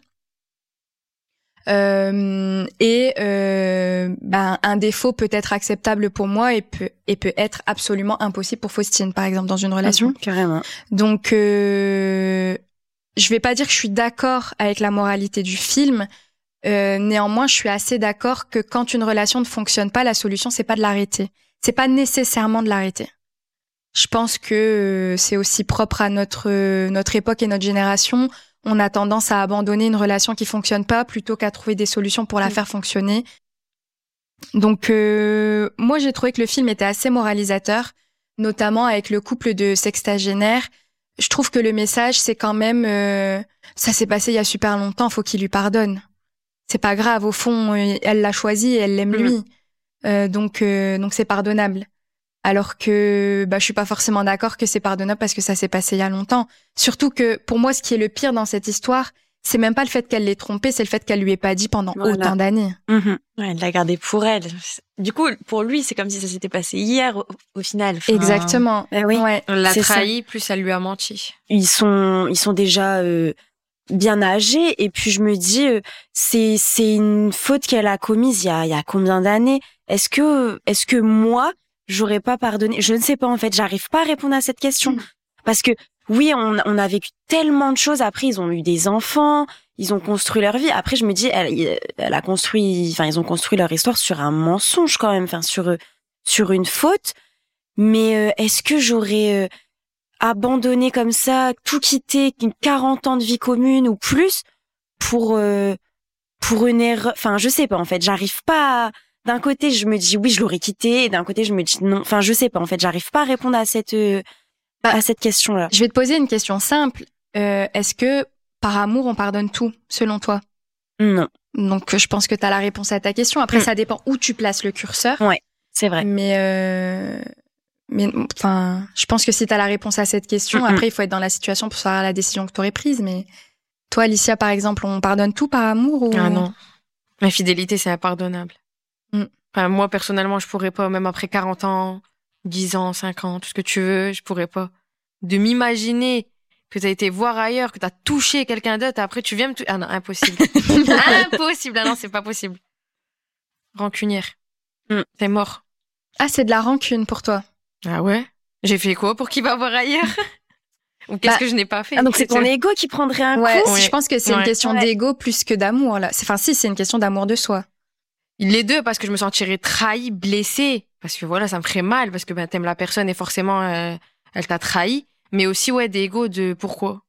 Euh, et euh, ben, un défaut peut être acceptable pour moi et peut, et peut être absolument impossible pour Faustine, par exemple, dans une relation. Mmh, carrément. Donc, euh, je vais pas dire que je suis d'accord avec la moralité du film. Euh, néanmoins, je suis assez d'accord que quand une relation ne fonctionne pas, la solution, c'est pas de l'arrêter. C'est pas nécessairement de l'arrêter. Je pense que euh, c'est aussi propre à notre euh, notre époque et notre génération. On a tendance à abandonner une relation qui fonctionne pas plutôt qu'à trouver des solutions pour la Oui. faire fonctionner. Donc, euh, moi, j'ai trouvé que le film était assez moralisateur, notamment avec le couple de sextagénaires. Je trouve que le message, c'est quand même, euh, ça s'est passé il y a super longtemps, faut qu'il lui pardonne. C'est pas grave, au fond, euh, elle l'a choisi et elle l'aime Mhm. lui. Euh, donc, euh, donc c'est pardonnable. Alors que, bah, je suis pas forcément d'accord que c'est pardonnable parce que ça s'est passé il y a longtemps. Surtout que, pour moi, ce qui est le pire dans cette histoire, c'est même pas le fait qu'elle l'ait trompé, c'est le fait qu'elle lui ait pas dit pendant Voilà. autant d'années. Mhm. Ouais, elle l'a gardé pour elle. Du coup, pour lui, c'est comme si ça s'était passé hier, au, au final. Enfin, Exactement. Ben oui. Ouais. Elle l'a C'est ça. trahi, plus elle lui a menti. Ils sont, ils sont déjà euh, bien âgés. Et puis je me dis, euh, c'est, c'est une faute qu'elle a commise il y a, il y a combien d'années? Est-ce que, est-ce que moi, j'aurais pas pardonné? Je ne sais pas en fait. J'arrive pas à répondre à cette question parce que oui, on, on a vécu tellement de choses. Après, ils ont eu des enfants, ils ont construit leur vie. Après, je me dis, elle, elle a construit, enfin, ils ont construit leur histoire sur un mensonge quand même, enfin, sur, sur une faute. Mais euh, est-ce que j'aurais euh, abandonné comme ça, tout quitté, quarante ans de vie commune ou plus pour euh, pour une erreur? Enfin, je sais pas en fait. J'arrive pas. À... D'un côté, je me dis oui, je l'aurais quitté, et d'un côté, je me dis non. Enfin, je sais pas en fait. J'arrive pas à répondre à cette euh, à cette question-là. Je vais te poser une question simple. Euh, est-ce que, par amour, on pardonne tout, selon toi? Non, Donc, je pense que tu as la réponse à ta question. Après, Mm. ça dépend où tu places le curseur. c'est vrai. Mais, euh, mais, enfin, je pense que si tu as la réponse à cette question, Mm-mm. après, il faut être dans la situation pour savoir la décision que tu aurais prise. Mais toi, Alicia, par exemple, on pardonne tout par amour ou... Ah non. L'infidélité, c'est impardonnable. Mm. Enfin, moi, personnellement, je pourrais pas, même après quarante ans, dix ans, cinq ans, tout ce que tu veux, je pourrais pas. De m'imaginer que t'as été voir ailleurs, que t'as touché quelqu'un d'autre, après tu viens me tou- Ah non, impossible. Impossible. Ah non, c'est pas possible. Rancunière. Mm. T'es mort. Ah, c'est de la rancune pour toi. Ah ouais? J'ai fait quoi pour qu'il va voir ailleurs? Ou qu'est-ce Bah, que je n'ai pas fait? Ah, donc c'est ton ego qui prendrait un Ouais, coup. Ouais. je pense que c'est une Ouais. question Ouais. d'ego plus que d'amour, là. C'est- Enfin, si, c'est une question d'amour de soi. Les deux, parce que je me sentirais trahie, blessée. Parce que voilà, ça me ferait mal, parce que ben, t'aimes la personne et forcément, euh, elle t'a trahi. Mais aussi, ouais, d'ego de pourquoi.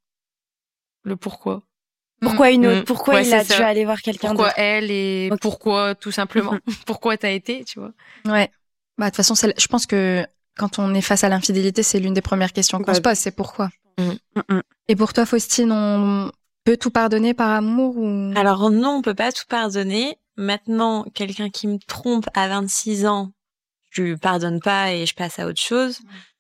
Le pourquoi. Pourquoi une autre? Mm. Pourquoi Ouais, il a c'est dû ça. aller voir quelqu'un Pourquoi d'autre? elle et Ok. pourquoi, tout simplement. Pourquoi t'as été, tu vois. Ouais. Bah, de toute façon, c'est- je pense que quand on est face à l'infidélité, c'est l'une des premières questions qu'on Bah, se pose, c'est pourquoi. Mm, mm. Et pour toi, Faustine, on peut tout pardonner par amour ou... Alors non, on peut pas tout pardonner. Maintenant, quelqu'un qui me trompe à vingt-six ans, je lui pardonne pas et je passe à autre chose.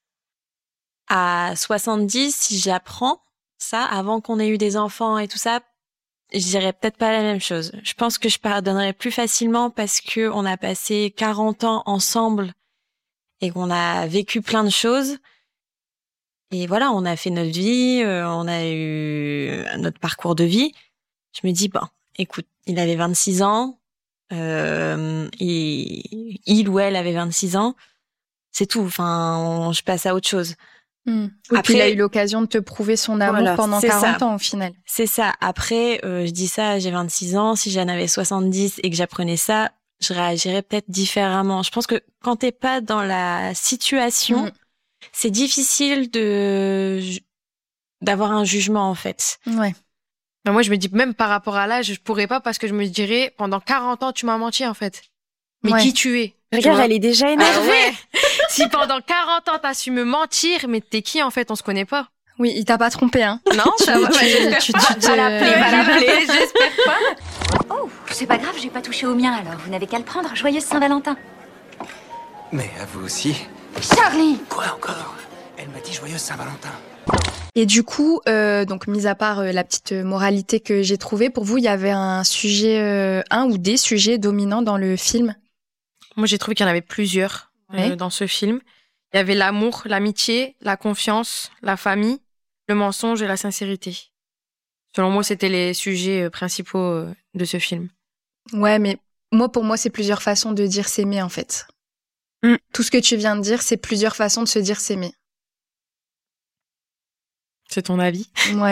À soixante-dix, si j'apprends ça, avant qu'on ait eu des enfants et tout ça, je dirais peut-être pas la même chose. Je pense que je pardonnerais plus facilement parce que on a passé quarante ans ensemble et qu'on a vécu plein de choses. Et voilà, on a fait notre vie, euh, on a eu notre parcours de vie. Je me dis, bon, écoute, il avait vingt-six ans, euh, il, il ou elle avait vingt-six ans, c'est tout. Enfin, on- je passe à autre chose. Hmm. Et Après- puis, il a eu l'occasion de te prouver son amour Voilà, pendant c'est quarante ça. ans, au final. C'est ça. Après, euh, je dis ça, j'ai vingt-six ans. Si j'en avais soixante-dix et que j'apprenais ça, je réagirais peut-être différemment. Je pense que quand t'es pas dans la situation, Mm. c'est difficile de d'avoir un jugement en fait. Ouais. Ben, moi, je me dis, même par rapport à l'âge, je pourrais pas parce que je me dirais, pendant quarante ans, tu m'as menti, en fait. Mais Ouais. qui tu es? Tu Regarde, vois. elle est déjà Ah énervée. ouais. Si pendant quarante ans, t'as su me mentir, mais t'es qui, en fait? On se connaît pas. Oui, il t'a pas trompé, hein. Non, ça va. Tu- j'espère tu- pas. tu te- Va l'appeler, va l'appeler, j'espère pas. Oh, c'est pas grave, j'ai pas touché au mien alors. Vous n'avez qu'à le prendre. Joyeuse Saint-Valentin. Mais à vous aussi. Charlie! Quoi encore? Elle m'a dit joyeuse Saint-Valentin. Et du coup, euh, donc, mis à part euh, la petite moralité que j'ai trouvée, pour vous, il y avait un sujet, euh, un ou des sujets dominants dans le film? Moi, j'ai trouvé qu'il y en avait plusieurs euh, Ouais. dans ce film. Il y avait l'amour, l'amitié, la confiance, la famille, le mensonge et la sincérité. Selon moi, c'était les sujets euh, principaux euh, de ce film. Ouais, mais moi, pour moi, c'est plusieurs façons de dire s'aimer, en fait. Mm. Tout ce que tu viens de dire, c'est plusieurs façons de se dire s'aimer. C'est ton avis? Ouais.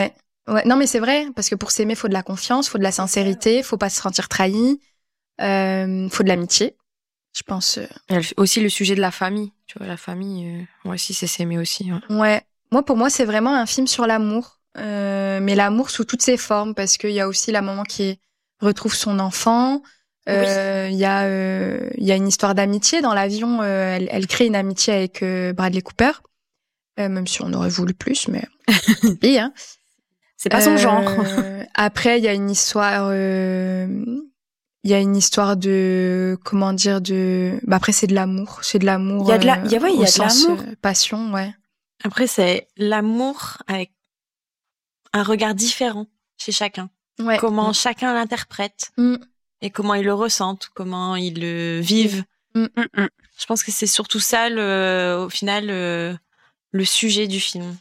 Ouais, non mais c'est vrai, parce que pour s'aimer, faut de la confiance, faut de la sincérité, faut pas se sentir trahi, euh, faut de l'amitié, je pense. Euh... Aussi le sujet de la famille, tu vois, la famille, euh... moi aussi c'est s'aimer aussi. Ouais. ouais, moi pour moi c'est vraiment un film sur l'amour, euh, mais l'amour sous toutes ses formes, parce qu'il y a aussi la maman qui retrouve son enfant, il euh, oui. y a il euh, y a une histoire d'amitié dans l'avion, euh, elle, elle crée une amitié avec euh, Bradley Cooper, euh, même si on aurait voulu plus, mais et hein. C'est pas son euh, genre. Après, il y a une histoire, il euh, y a une histoire de, comment dire, de. Bah après, c'est de l'amour, c'est de l'amour. Il y a de la, il y a ouais, il y a de l'amour, euh, passion, ouais. Après, c'est l'amour avec un regard différent chez chacun. Ouais. Comment mmh. chacun l'interprète mmh. et comment ils le ressentent, comment ils le vivent. Mmh. Mmh. Je pense que c'est surtout ça, le, au final, le, le sujet du film.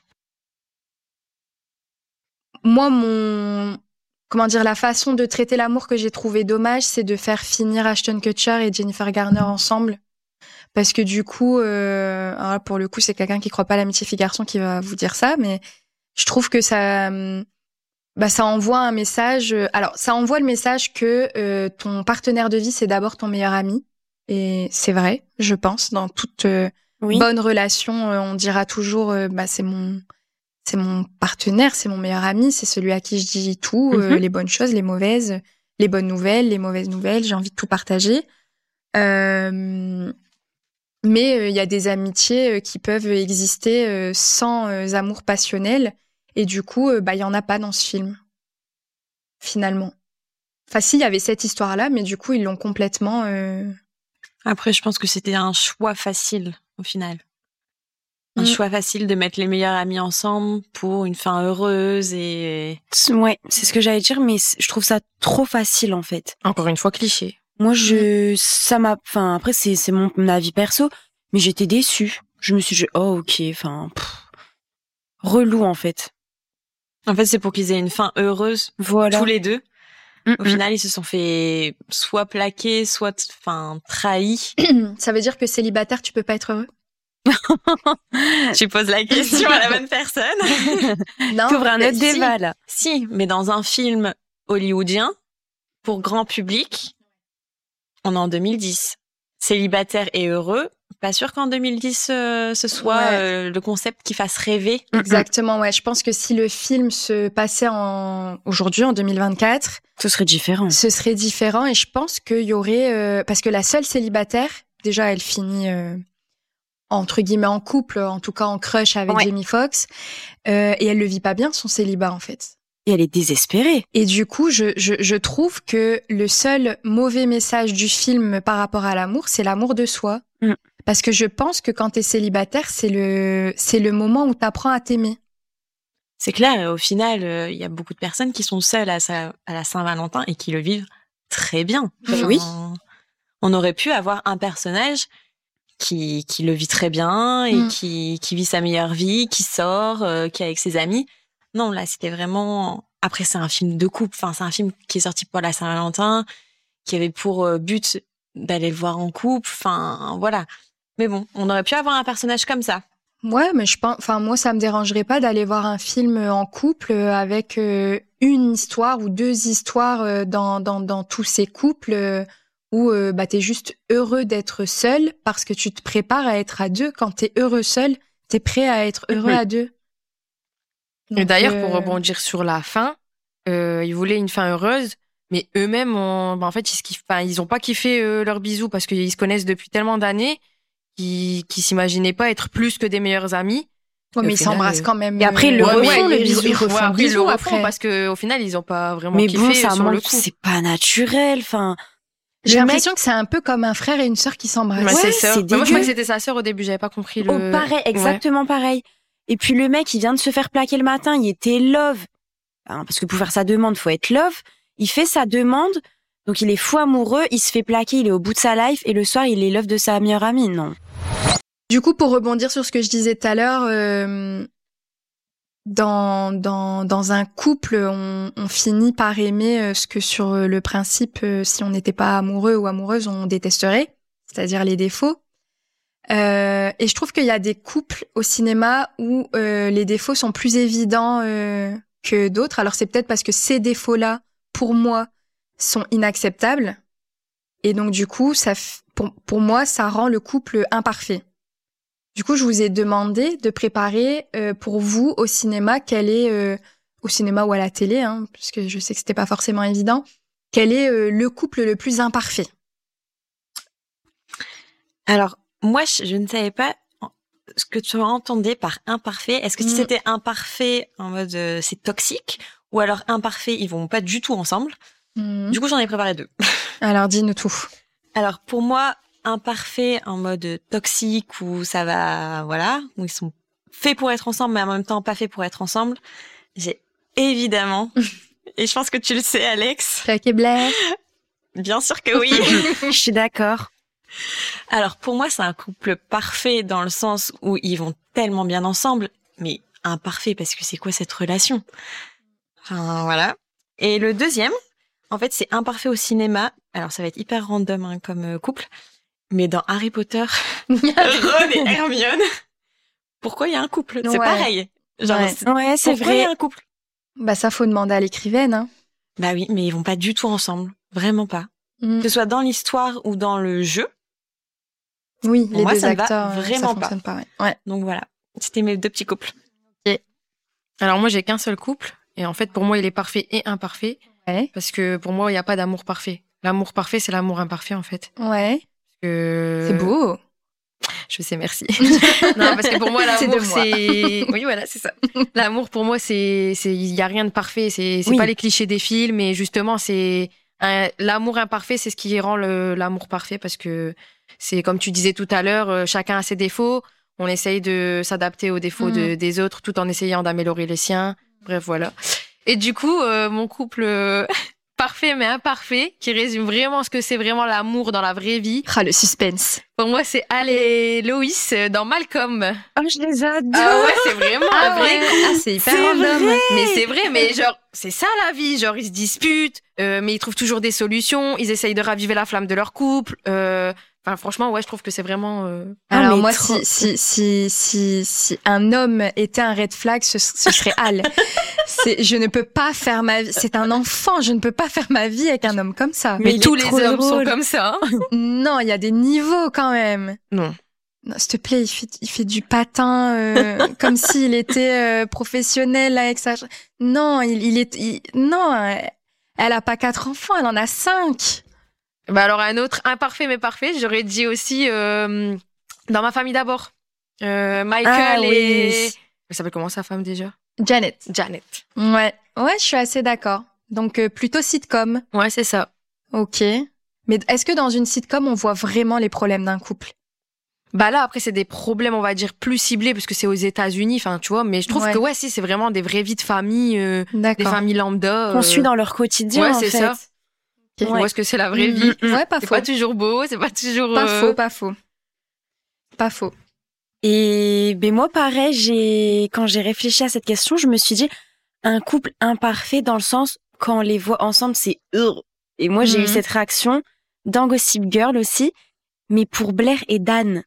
Moi, mon, comment dire, la façon de traiter l'amour que j'ai trouvé dommage, c'est de faire finir Ashton Kutcher et Jennifer Garner ensemble. Parce que du coup, euh, alors là, pour le coup, c'est quelqu'un qui croit pas à l'amitié fille-garçon qui va vous dire ça, mais je trouve que ça, bah, ça envoie un message. Alors, ça envoie le message que euh, ton partenaire de vie, c'est d'abord ton meilleur ami. Et c'est vrai, je pense, dans toute euh, oui. bonne relation, euh, on dira toujours, euh, bah, c'est mon, c'est mon partenaire, c'est mon meilleur ami, c'est celui à qui je dis tout, mm-hmm. euh, les bonnes choses, les mauvaises, les bonnes nouvelles, les mauvaises nouvelles. J'ai envie de tout partager. Euh, mais il euh, y a des amitiés euh, qui peuvent exister euh, sans euh, amour passionnel, et du coup, euh, bah, il y en a pas dans ce film, finalement. Enfin, si, il y avait cette histoire-là, mais du coup, ils l'ont complètement. Euh... Après, je pense que c'était un choix facile, au final. Un mmh. choix facile de mettre les meilleurs amis ensemble pour une fin heureuse et... Ouais, c'est ce que j'allais dire, mais je trouve ça trop facile, en fait. Encore une fois, cliché. Moi, je... Ça m'a... Enfin, après, c'est, c'est mon avis perso, mais j'étais déçue. Je me suis dit, oh, ok, enfin... Pff, relou, en fait. En fait, c'est pour qu'ils aient une fin heureuse, voilà. tous les deux. Mmh, Au mmh. final, ils se sont fait soit plaquer, soit enfin trahis. Ça veut dire que célibataire, tu peux pas être heureux? Tu poses la question à la bonne personne. Non, t'ouvres un autre débat, si, là. Si, mais dans un film hollywoodien, pour grand public, on est en deux mille dix. Célibataire et heureux, pas sûr qu'en deux mille dix, euh, ce soit ouais. euh, le concept qui fasse rêver. Exactement, ouais. Je pense que si le film se passait en aujourd'hui, en deux mille vingt-quatre... Ce serait différent. Ce serait différent, et je pense qu'il y aurait... Euh, parce que la seule célibataire, déjà, elle finit... Euh, entre guillemets en couple, en tout cas en crush avec ouais. Jamie Foxx, euh, et elle le vit pas bien, son célibat, en fait. Et elle est désespérée. Et du coup, je, je, je trouve que le seul mauvais message du film par rapport à l'amour, c'est l'amour de soi. Mm. Parce que je pense que quand t'es célibataire, c'est le, c'est le moment où t'apprends à t'aimer. C'est clair, au final, il euh, y a beaucoup de personnes qui sont seules à, sa, à la Saint-Valentin et qui le vivent très bien. Enfin, oui. On, on aurait pu avoir un personnage qui qui le vit très bien et mmh. qui qui vit sa meilleure vie, qui sort, euh, qui est avec ses amis. Non, là, c'était vraiment... Après, c'est un film de couple. Enfin, c'est un film qui est sorti pour la Saint-Valentin, qui avait pour euh, but d'aller le voir en couple. Enfin, voilà. Mais bon, on aurait pu avoir un personnage comme ça. Ouais, mais je pense... Enfin, moi, ça me dérangerait pas d'aller voir un film en couple avec euh, une histoire ou deux histoires euh, dans, dans, dans tous ces couples... Euh, où euh, bah, t'es juste heureux d'être seul parce que tu te prépares à être à deux. Quand t'es heureux seul, t'es prêt à être heureux mmh. à deux. Donc, et d'ailleurs, euh... pour rebondir sur la fin, euh, ils voulaient une fin heureuse, mais eux-mêmes, ont, bah, en fait, ils, kiffent, enfin, ils ont pas kiffé euh, leurs bisous parce qu'ils se connaissent depuis tellement d'années qu'ils, qu'ils s'imaginaient pas être plus que des meilleurs amis. Ouais, mais ils final, s'embrassent quand même. Et après, ils le ouais, refont, ouais, le bisou. Ils refont ouais, bisou le après. Parce qu'au final, ils ont pas vraiment mais kiffé bon, ça sur manque, le coup. C'est pas naturel, enfin... J'ai le l'impression mec... que c'est un peu comme un frère et une sœur qui s'embrassent. Ouais, ouais, c'est, c'est moi, je croyais que c'était sa sœur au début, j'avais pas compris le... Oh, pareil, exactement ouais. pareil. Et puis le mec, il vient de se faire plaquer le matin, il était love. Enfin, parce que pour faire sa demande, faut être love. Il fait sa demande, donc il est fou amoureux, il se fait plaquer, il est au bout de sa life, et le soir, il est love de sa meilleure amie, non. Du coup, pour rebondir sur ce que je disais tout à l'heure... Euh... Dans, dans, dans un couple, on, on finit par aimer ce que sur le principe, si on n'était pas amoureux ou amoureuse, on détesterait, c'est-à-dire les défauts. Euh, et je trouve qu'il y a des couples au cinéma où euh, les défauts sont plus évidents euh, que d'autres. Alors c'est peut-être parce que ces défauts-là, pour moi, sont inacceptables. Et donc du coup, ça, f- pour, pour moi, ça rend le couple imparfait. Du coup, je vous ai demandé de préparer euh, pour vous au cinéma, quel est, euh, au cinéma ou à la télé, hein, puisque je sais que c'était pas forcément évident, quel est euh, le couple le plus imparfait. Alors, moi, je, je ne savais pas ce que tu entendais par imparfait. Est-ce que si Mm. c'était imparfait en mode euh, c'est toxique, ou alors imparfait, ils vont pas du tout ensemble. Mhm. Du coup, j'en ai préparé deux. Alors, dis-nous tout. Alors, pour moi, imparfait en mode toxique, où ça va, voilà, où ils sont faits pour être ensemble, mais en même temps pas faits pour être ensemble, j'ai évidemment, et je pense que tu le sais, Alex, Jack et Blair. bien sûr que oui. Je suis d'accord. Alors, pour moi, c'est un couple parfait dans le sens où ils vont tellement bien ensemble, mais imparfait parce que c'est quoi cette relation? Enfin, voilà. Et le deuxième, en fait, c'est imparfait au cinéma. Alors, ça va être hyper random hein, comme euh, couple, mais dans Harry Potter, Ron et Hermione, pourquoi il y a un couple? C'est Ouais. pareil. Genre, Ouais. c'est- Ouais, c'est pourquoi il y vrai. a un couple? Bah ça, faut demander à l'écrivaine. Hein. Bah oui, mais ils vont pas du tout ensemble. Vraiment pas. Mm. Que ce soit dans l'histoire ou dans le jeu. Oui, Pour les moi, deux ça ne va acteurs, euh, vraiment ça pas. fonctionne pas. Ouais. Ouais. Donc voilà. C'était mes deux petits couples. Alors moi, j'ai qu'un seul couple. Et en fait, pour moi, il est parfait et imparfait. Ouais. Parce que pour moi, il n'y a pas d'amour parfait. L'amour parfait, c'est l'amour imparfait, en fait. Ouais. Que... C'est beau. Je sais, merci. Non, parce que pour moi, C'est de l'amour, moi. c'est... Oui, voilà, c'est ça. L'amour, pour moi, c'est... c'est... Il n'y a rien de parfait. C'est, c'est Oui. pas les clichés des films, mais justement, c'est... un- L'amour imparfait, c'est ce qui rend le... l'amour parfait, parce que c'est, comme tu disais tout à l'heure, euh, chacun a ses défauts. On essaye de s'adapter aux défauts de... Mhm. des autres, tout en essayant d'améliorer les siens. Bref, voilà. Et du coup, euh, mon couple euh, parfait mais imparfait, qui résume vraiment ce que c'est vraiment l'amour dans la vraie vie, Ah, le suspense. pour moi, c'est Al et Loïs euh, dans Malcolm. Oh, je les adore. Ah ouais, c'est vraiment un vrai ouais. couple. Ah, c'est hyper C'est random. vrai. Mais c'est vrai, mais genre, c'est ça la vie. Genre, ils se disputent, euh, mais ils trouvent toujours des solutions. Ils essayent de raviver la flamme de leur couple. Euh, Enfin, franchement, ouais, je trouve que c'est vraiment... euh, Ah, Alors mais moi, trop. si, si, si, si, si un homme était un red flag, ce, ce serait Al. C'est, je ne peux pas faire ma vie. C'est un enfant. Je ne peux pas faire ma vie avec un homme comme ça. Mais, il est tous les trop hommes drôle. sont comme ça. hein. Non, il y a des niveaux quand même. Non. Non, s'il te plaît, il fait, il fait du patin euh, comme s'il était euh, professionnel avec sa. Non, il, il est. il- Non, euh, elle a pas quatre enfants, elle en a cinq. Bah alors, un autre imparfait mais parfait, j'aurais dit aussi euh, dans ma famille d'abord. Euh, Michael Ah, et... oui. Elle s'appelle comment sa femme déjà? Janet. Janet. Ouais, ouais, je suis assez d'accord. Donc euh, plutôt sitcom. Ouais, c'est ça. Ok. Mais est-ce que dans une sitcom, on voit vraiment les problèmes d'un couple? Bah là, après, c'est des problèmes, on va dire, plus ciblés, parce que c'est aux États-Unis, enfin, tu vois. Mais je trouve Ouais. que, ouais, si, c'est vraiment des vraies vies de famille, euh, des D'accord. familles lambda. euh, Conçus dans leur quotidien, ouais, en c'est fait. ça. Ok. Où est-ce que c'est la vraie Mm, vie? mm, Ouais, pas C'est faux. pas toujours beau, c'est pas toujours... Pas euh, faux, pas faux. Pas faux. Et ben moi, pareil, j'ai quand j'ai réfléchi à cette question, je me suis dit un couple imparfait dans le sens quand on les voit ensemble, c'est heureux. Et moi, j'ai Mhm. eu cette réaction dans Gossip Girl aussi, mais pour Blair et Dan,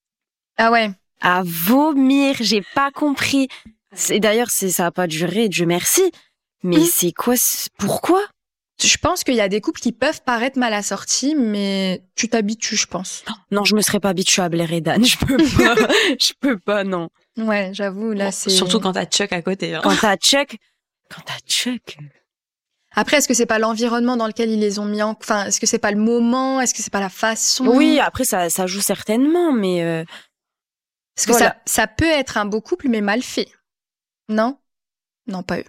Ah ouais. à vomir, j'ai pas compris. C'est d'ailleurs, c'est ça a pas duré, Dieu merci. Mais Mhm. c'est quoi ce- Pourquoi Je pense qu'il y a des couples qui peuvent paraître mal assortis, mais tu t'habitues, je pense. Non, je me serais pas habituée à Blair et Dan. Je peux pas. Je peux pas, non. Ouais, j'avoue, là, Bon, c'est... surtout quand t'as Chuck à côté. Hein. Quand t'as Chuck, quand t'as Chuck. Après, est-ce que c'est pas l'environnement dans lequel ils les ont mis en... Enfin, est-ce que c'est pas le moment? Est-ce que c'est pas la façon? Oui, après ça, ça joue certainement, mais euh, Parce que voilà. ça, ça peut être un beau couple, mais mal fait. Non? Non, pas eux.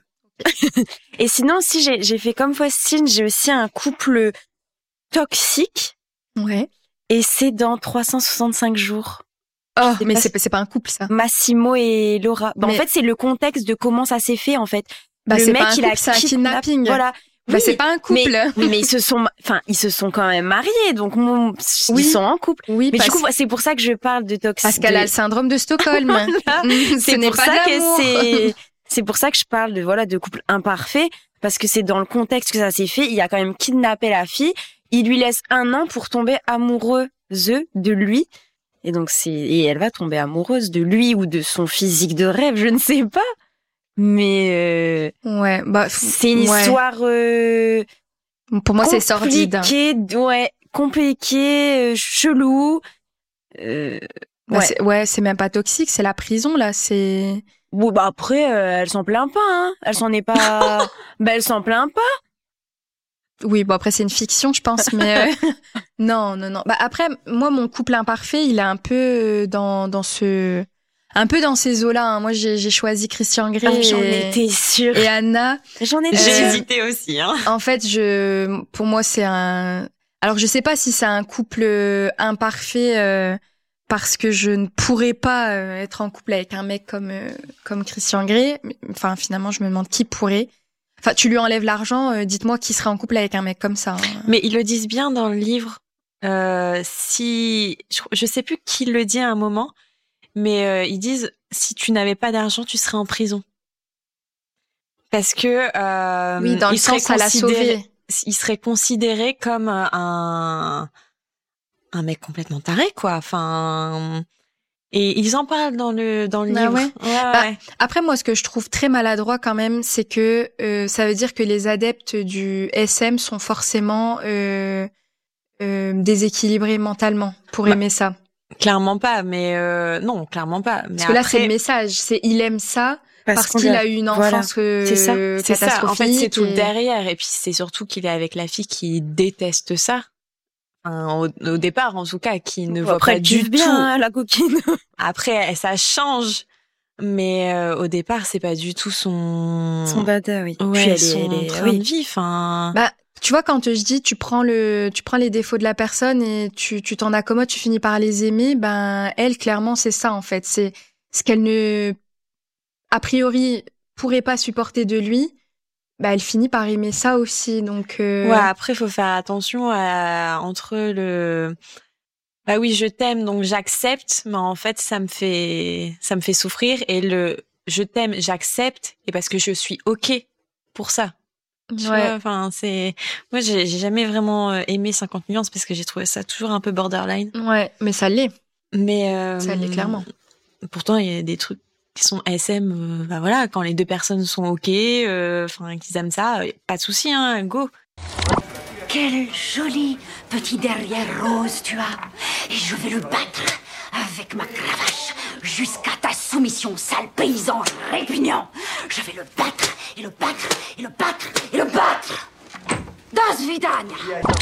Et sinon, si j'ai j'ai fait comme Faustine, j'ai aussi un couple toxique, Ouais. et c'est dans trois cent soixante-cinq jours. Oh, sais mais pas c'est, c'est pas un couple, ça. Massimo et Laura. Bah, Mais- En fait, c'est le contexte de comment ça s'est fait, en fait. Bah, le c'est mec, pas un il couple, a c'est un kidnappé- kidnapping. Voilà. Bah, Oui, c'est pas un couple. Mais, oui, mais ils se sont, enfin, ils se sont quand même mariés, donc mon- Oui. ils sont en couple. Oui, Mais parce, du coup, c'est pour ça que je parle de toxique. parce qu'elle a le syndrome de Stockholm. Voilà. Mm, C'est Ce n'est pour pas ça de l'amour. que c'est, c'est pour ça que je parle de, voilà, de couple imparfait, parce que c'est dans le contexte que ça s'est fait. Il a quand même kidnappé la fille. Il lui laisse un an pour tomber amoureuse de lui. Et donc c'est, et elle va tomber amoureuse de lui ou de son physique de rêve, je ne sais pas. Mais euh, Ouais, bah c'est une ouais. histoire euh, Pour moi, c'est sordide. compliquée, ouais, compliquée, euh, chelou. Euh, Bah, ouais. c'est, ouais, c'est même pas toxique, c'est la prison là. C'est. Bon, bah après, euh, elle s'en plaint pas, hein. Elle s'en est pas. bah, elle s'en plaint pas. Oui, bon après c'est une fiction, je pense, mais euh, non, non, non. Bah après, moi, mon couple imparfait, il est un peu dans dans ce, un peu dans ces eaux-là. Hein. Moi, j'ai j'ai choisi Christian Grey Ah, j'en et, étais sûre. et Anna. J'en étais J'ai sûre. hésité aussi. Hein. En fait, je, pour moi, c'est un. Alors, je sais pas si c'est un couple imparfait euh, parce que je ne pourrais pas euh, être en couple avec un mec comme euh, comme Christian Grey. Enfin, finalement, je me demande qui pourrait. Enfin, tu lui enlèves l'argent, euh, dites-moi qui serait en couple avec un mec comme ça. Hein. Mais ils le disent bien dans le livre. Euh, si je, je sais plus qui le dit à un moment, mais euh, ils disent si tu n'avais pas d'argent, tu serais en prison. Parce que euh, Oui, dans le il serait sens, ça l'a considéré- sauvé. il serait considéré comme un un mec complètement taré, quoi. Enfin, et ils en parlent dans le dans le Ah livre. ouais Ouais, Bah, ouais. Après, moi, ce que je trouve très maladroit quand même, c'est que euh, ça veut dire que les adeptes du S M sont forcément euh, euh, déséquilibrés mentalement pour Bah, aimer ça. Clairement pas, mais euh, non, clairement pas. Mais Parce que là, c'est après, le message, c'est il aime ça parce, qu'on qu'il lui a eu une voilà. enfance euh, c'est ça, c'est ça. catastrophique. En fait, c'est tout le et- derrière. Et puis, c'est surtout qu'il est avec la fille qui déteste ça. Enfin, au, au départ, en tout cas, qui ne Bon, voit après, pas elle du kiffe bien, tout. hein, la coquine. Après, ça change. Mais euh, au départ, c'est pas du tout son... Son bada, oui. Ouais, Puis elle est, son elle est, train oui. de vie. Enfin... Bah, tu vois, quand je dis, tu prends le, tu prends les défauts de la personne et tu, tu t'en accommodes, tu finis par les aimer. Ben, elle, clairement, c'est ça en fait. C'est ce qu'elle ne, a priori, pourrait pas supporter de lui. Bah, elle finit par aimer ça aussi. Donc. Euh... Ouais, après, faut faire attention à, entre le... Bah oui, je t'aime, donc j'accepte, mais en fait, ça me fait, ça me fait souffrir. Et le je t'aime, j'accepte, et parce que je suis OK pour ça. Tu Ouais. vois, enfin, c'est, moi, j'ai, j'ai jamais vraiment aimé cinquante nuances parce que j'ai trouvé ça toujours un peu borderline. Ouais, mais ça l'est. Mais, euh, Ça l'est clairement. Pourtant, il y a des trucs qui sont S M, euh, bah voilà, quand les deux personnes sont OK, euh, enfin, qu'ils aiment ça, pas de souci, hein, go. Quel joli petit derrière rose tu as. Et je vais le battre avec ma cravache jusqu'à ta soumission, sale paysan répugnant. Je vais le battre et le battre et le battre et le battre. Das Vidania.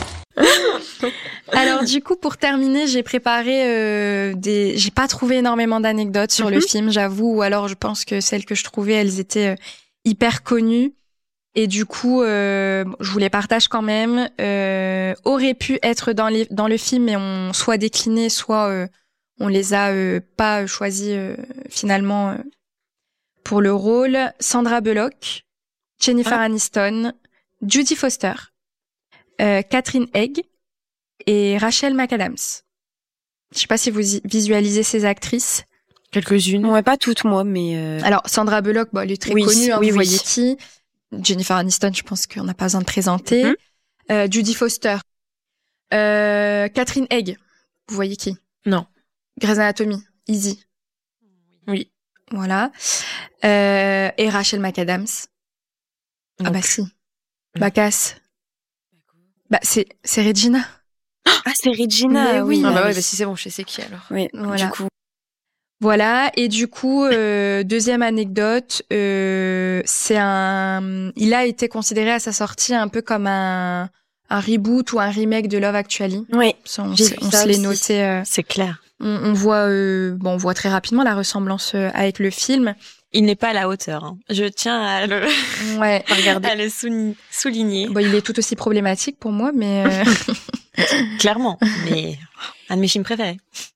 Alors du coup, pour terminer, j'ai préparé euh, des. J'ai pas trouvé énormément d'anecdotes sur Mhm. le film, j'avoue. Ou alors, je pense que celles que je trouvais, elles étaient euh, hyper connues. Et du coup, euh, je vous les partage quand même. Euh, auraient pu être dans les dans le film, mais on soit décliné, soit euh, on les a euh, pas choisis euh, finalement euh, pour le rôle. Sandra Bullock, Jennifer Ah. Aniston, Judy Foster, euh, Catherine Hegg et Rachel McAdams. Je sais pas si vous y- visualisez ces actrices. Quelques-unes. Ouais, pas toutes, moi, mais. Euh... Alors Sandra Bullock, bon, elle est très Oui, connue, hein, oui, vous oui. voyez qui. Jennifer Aniston, je pense qu'on n'a pas besoin de présenter. Mhm. Euh, Judy Foster. Euh, Catherine Hegg, vous voyez qui? Non. Grey's Anatomy, Easy. Oui. Voilà. Euh, et Rachel McAdams. Ah Non bah plus. si. Bah casse. Bah c'est c'est Regina. Ah, c'est Regina, Mais oui. Ah bah oui. ouais, bah si c'est bon, je sais qui alors. Oui, Voilà. du coup. Voilà, et du coup, euh, deuxième anecdote, euh, c'est un, il a été considéré à sa sortie un peu comme un, un reboot ou un remake de Love Actually. Oui. Ça, on J'ai se, vu on ça se l'est aussi. noté. euh, C'est clair. on, on voit, euh, bon, on voit très rapidement la ressemblance euh, avec le film. Il n'est pas à la hauteur. Hein. Je tiens à le, Ouais. à le sou- souligner. Bon, il est tout aussi problématique pour moi, mais euh, Clairement. Mais un de mes films préférés.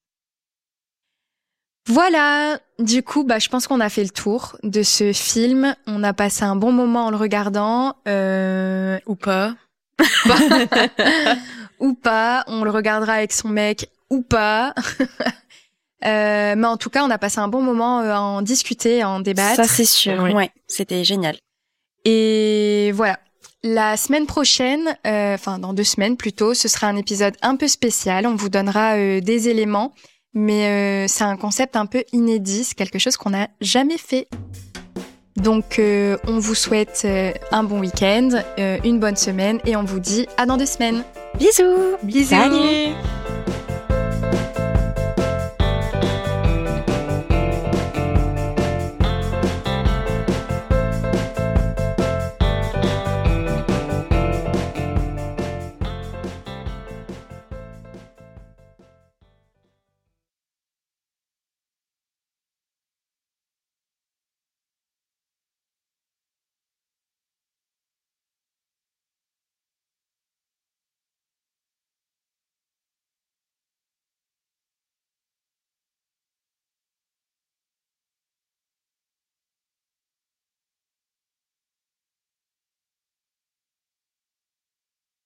voilà. Du coup, bah, je pense qu'on a fait le tour de ce film. On a passé un bon moment en le regardant. Euh, Ou pas. ou pas, on le regardera avec son mec ou pas. Euh, mais en tout cas, on a passé un bon moment euh, à en discuter, à en débattre. Ça, c'est sûr. Oui. Ouais, c'était génial. Et voilà. La semaine prochaine, euh, enfin dans deux semaines plutôt, ce sera un épisode un peu spécial. On vous donnera euh, des éléments, mais euh, c'est un concept un peu inédit, c'est quelque chose qu'on n'a jamais fait. Donc, euh, on vous souhaite euh, un bon week-end, euh, une bonne semaine et on vous dit à dans deux semaines. Bisous. Bisous. Salut.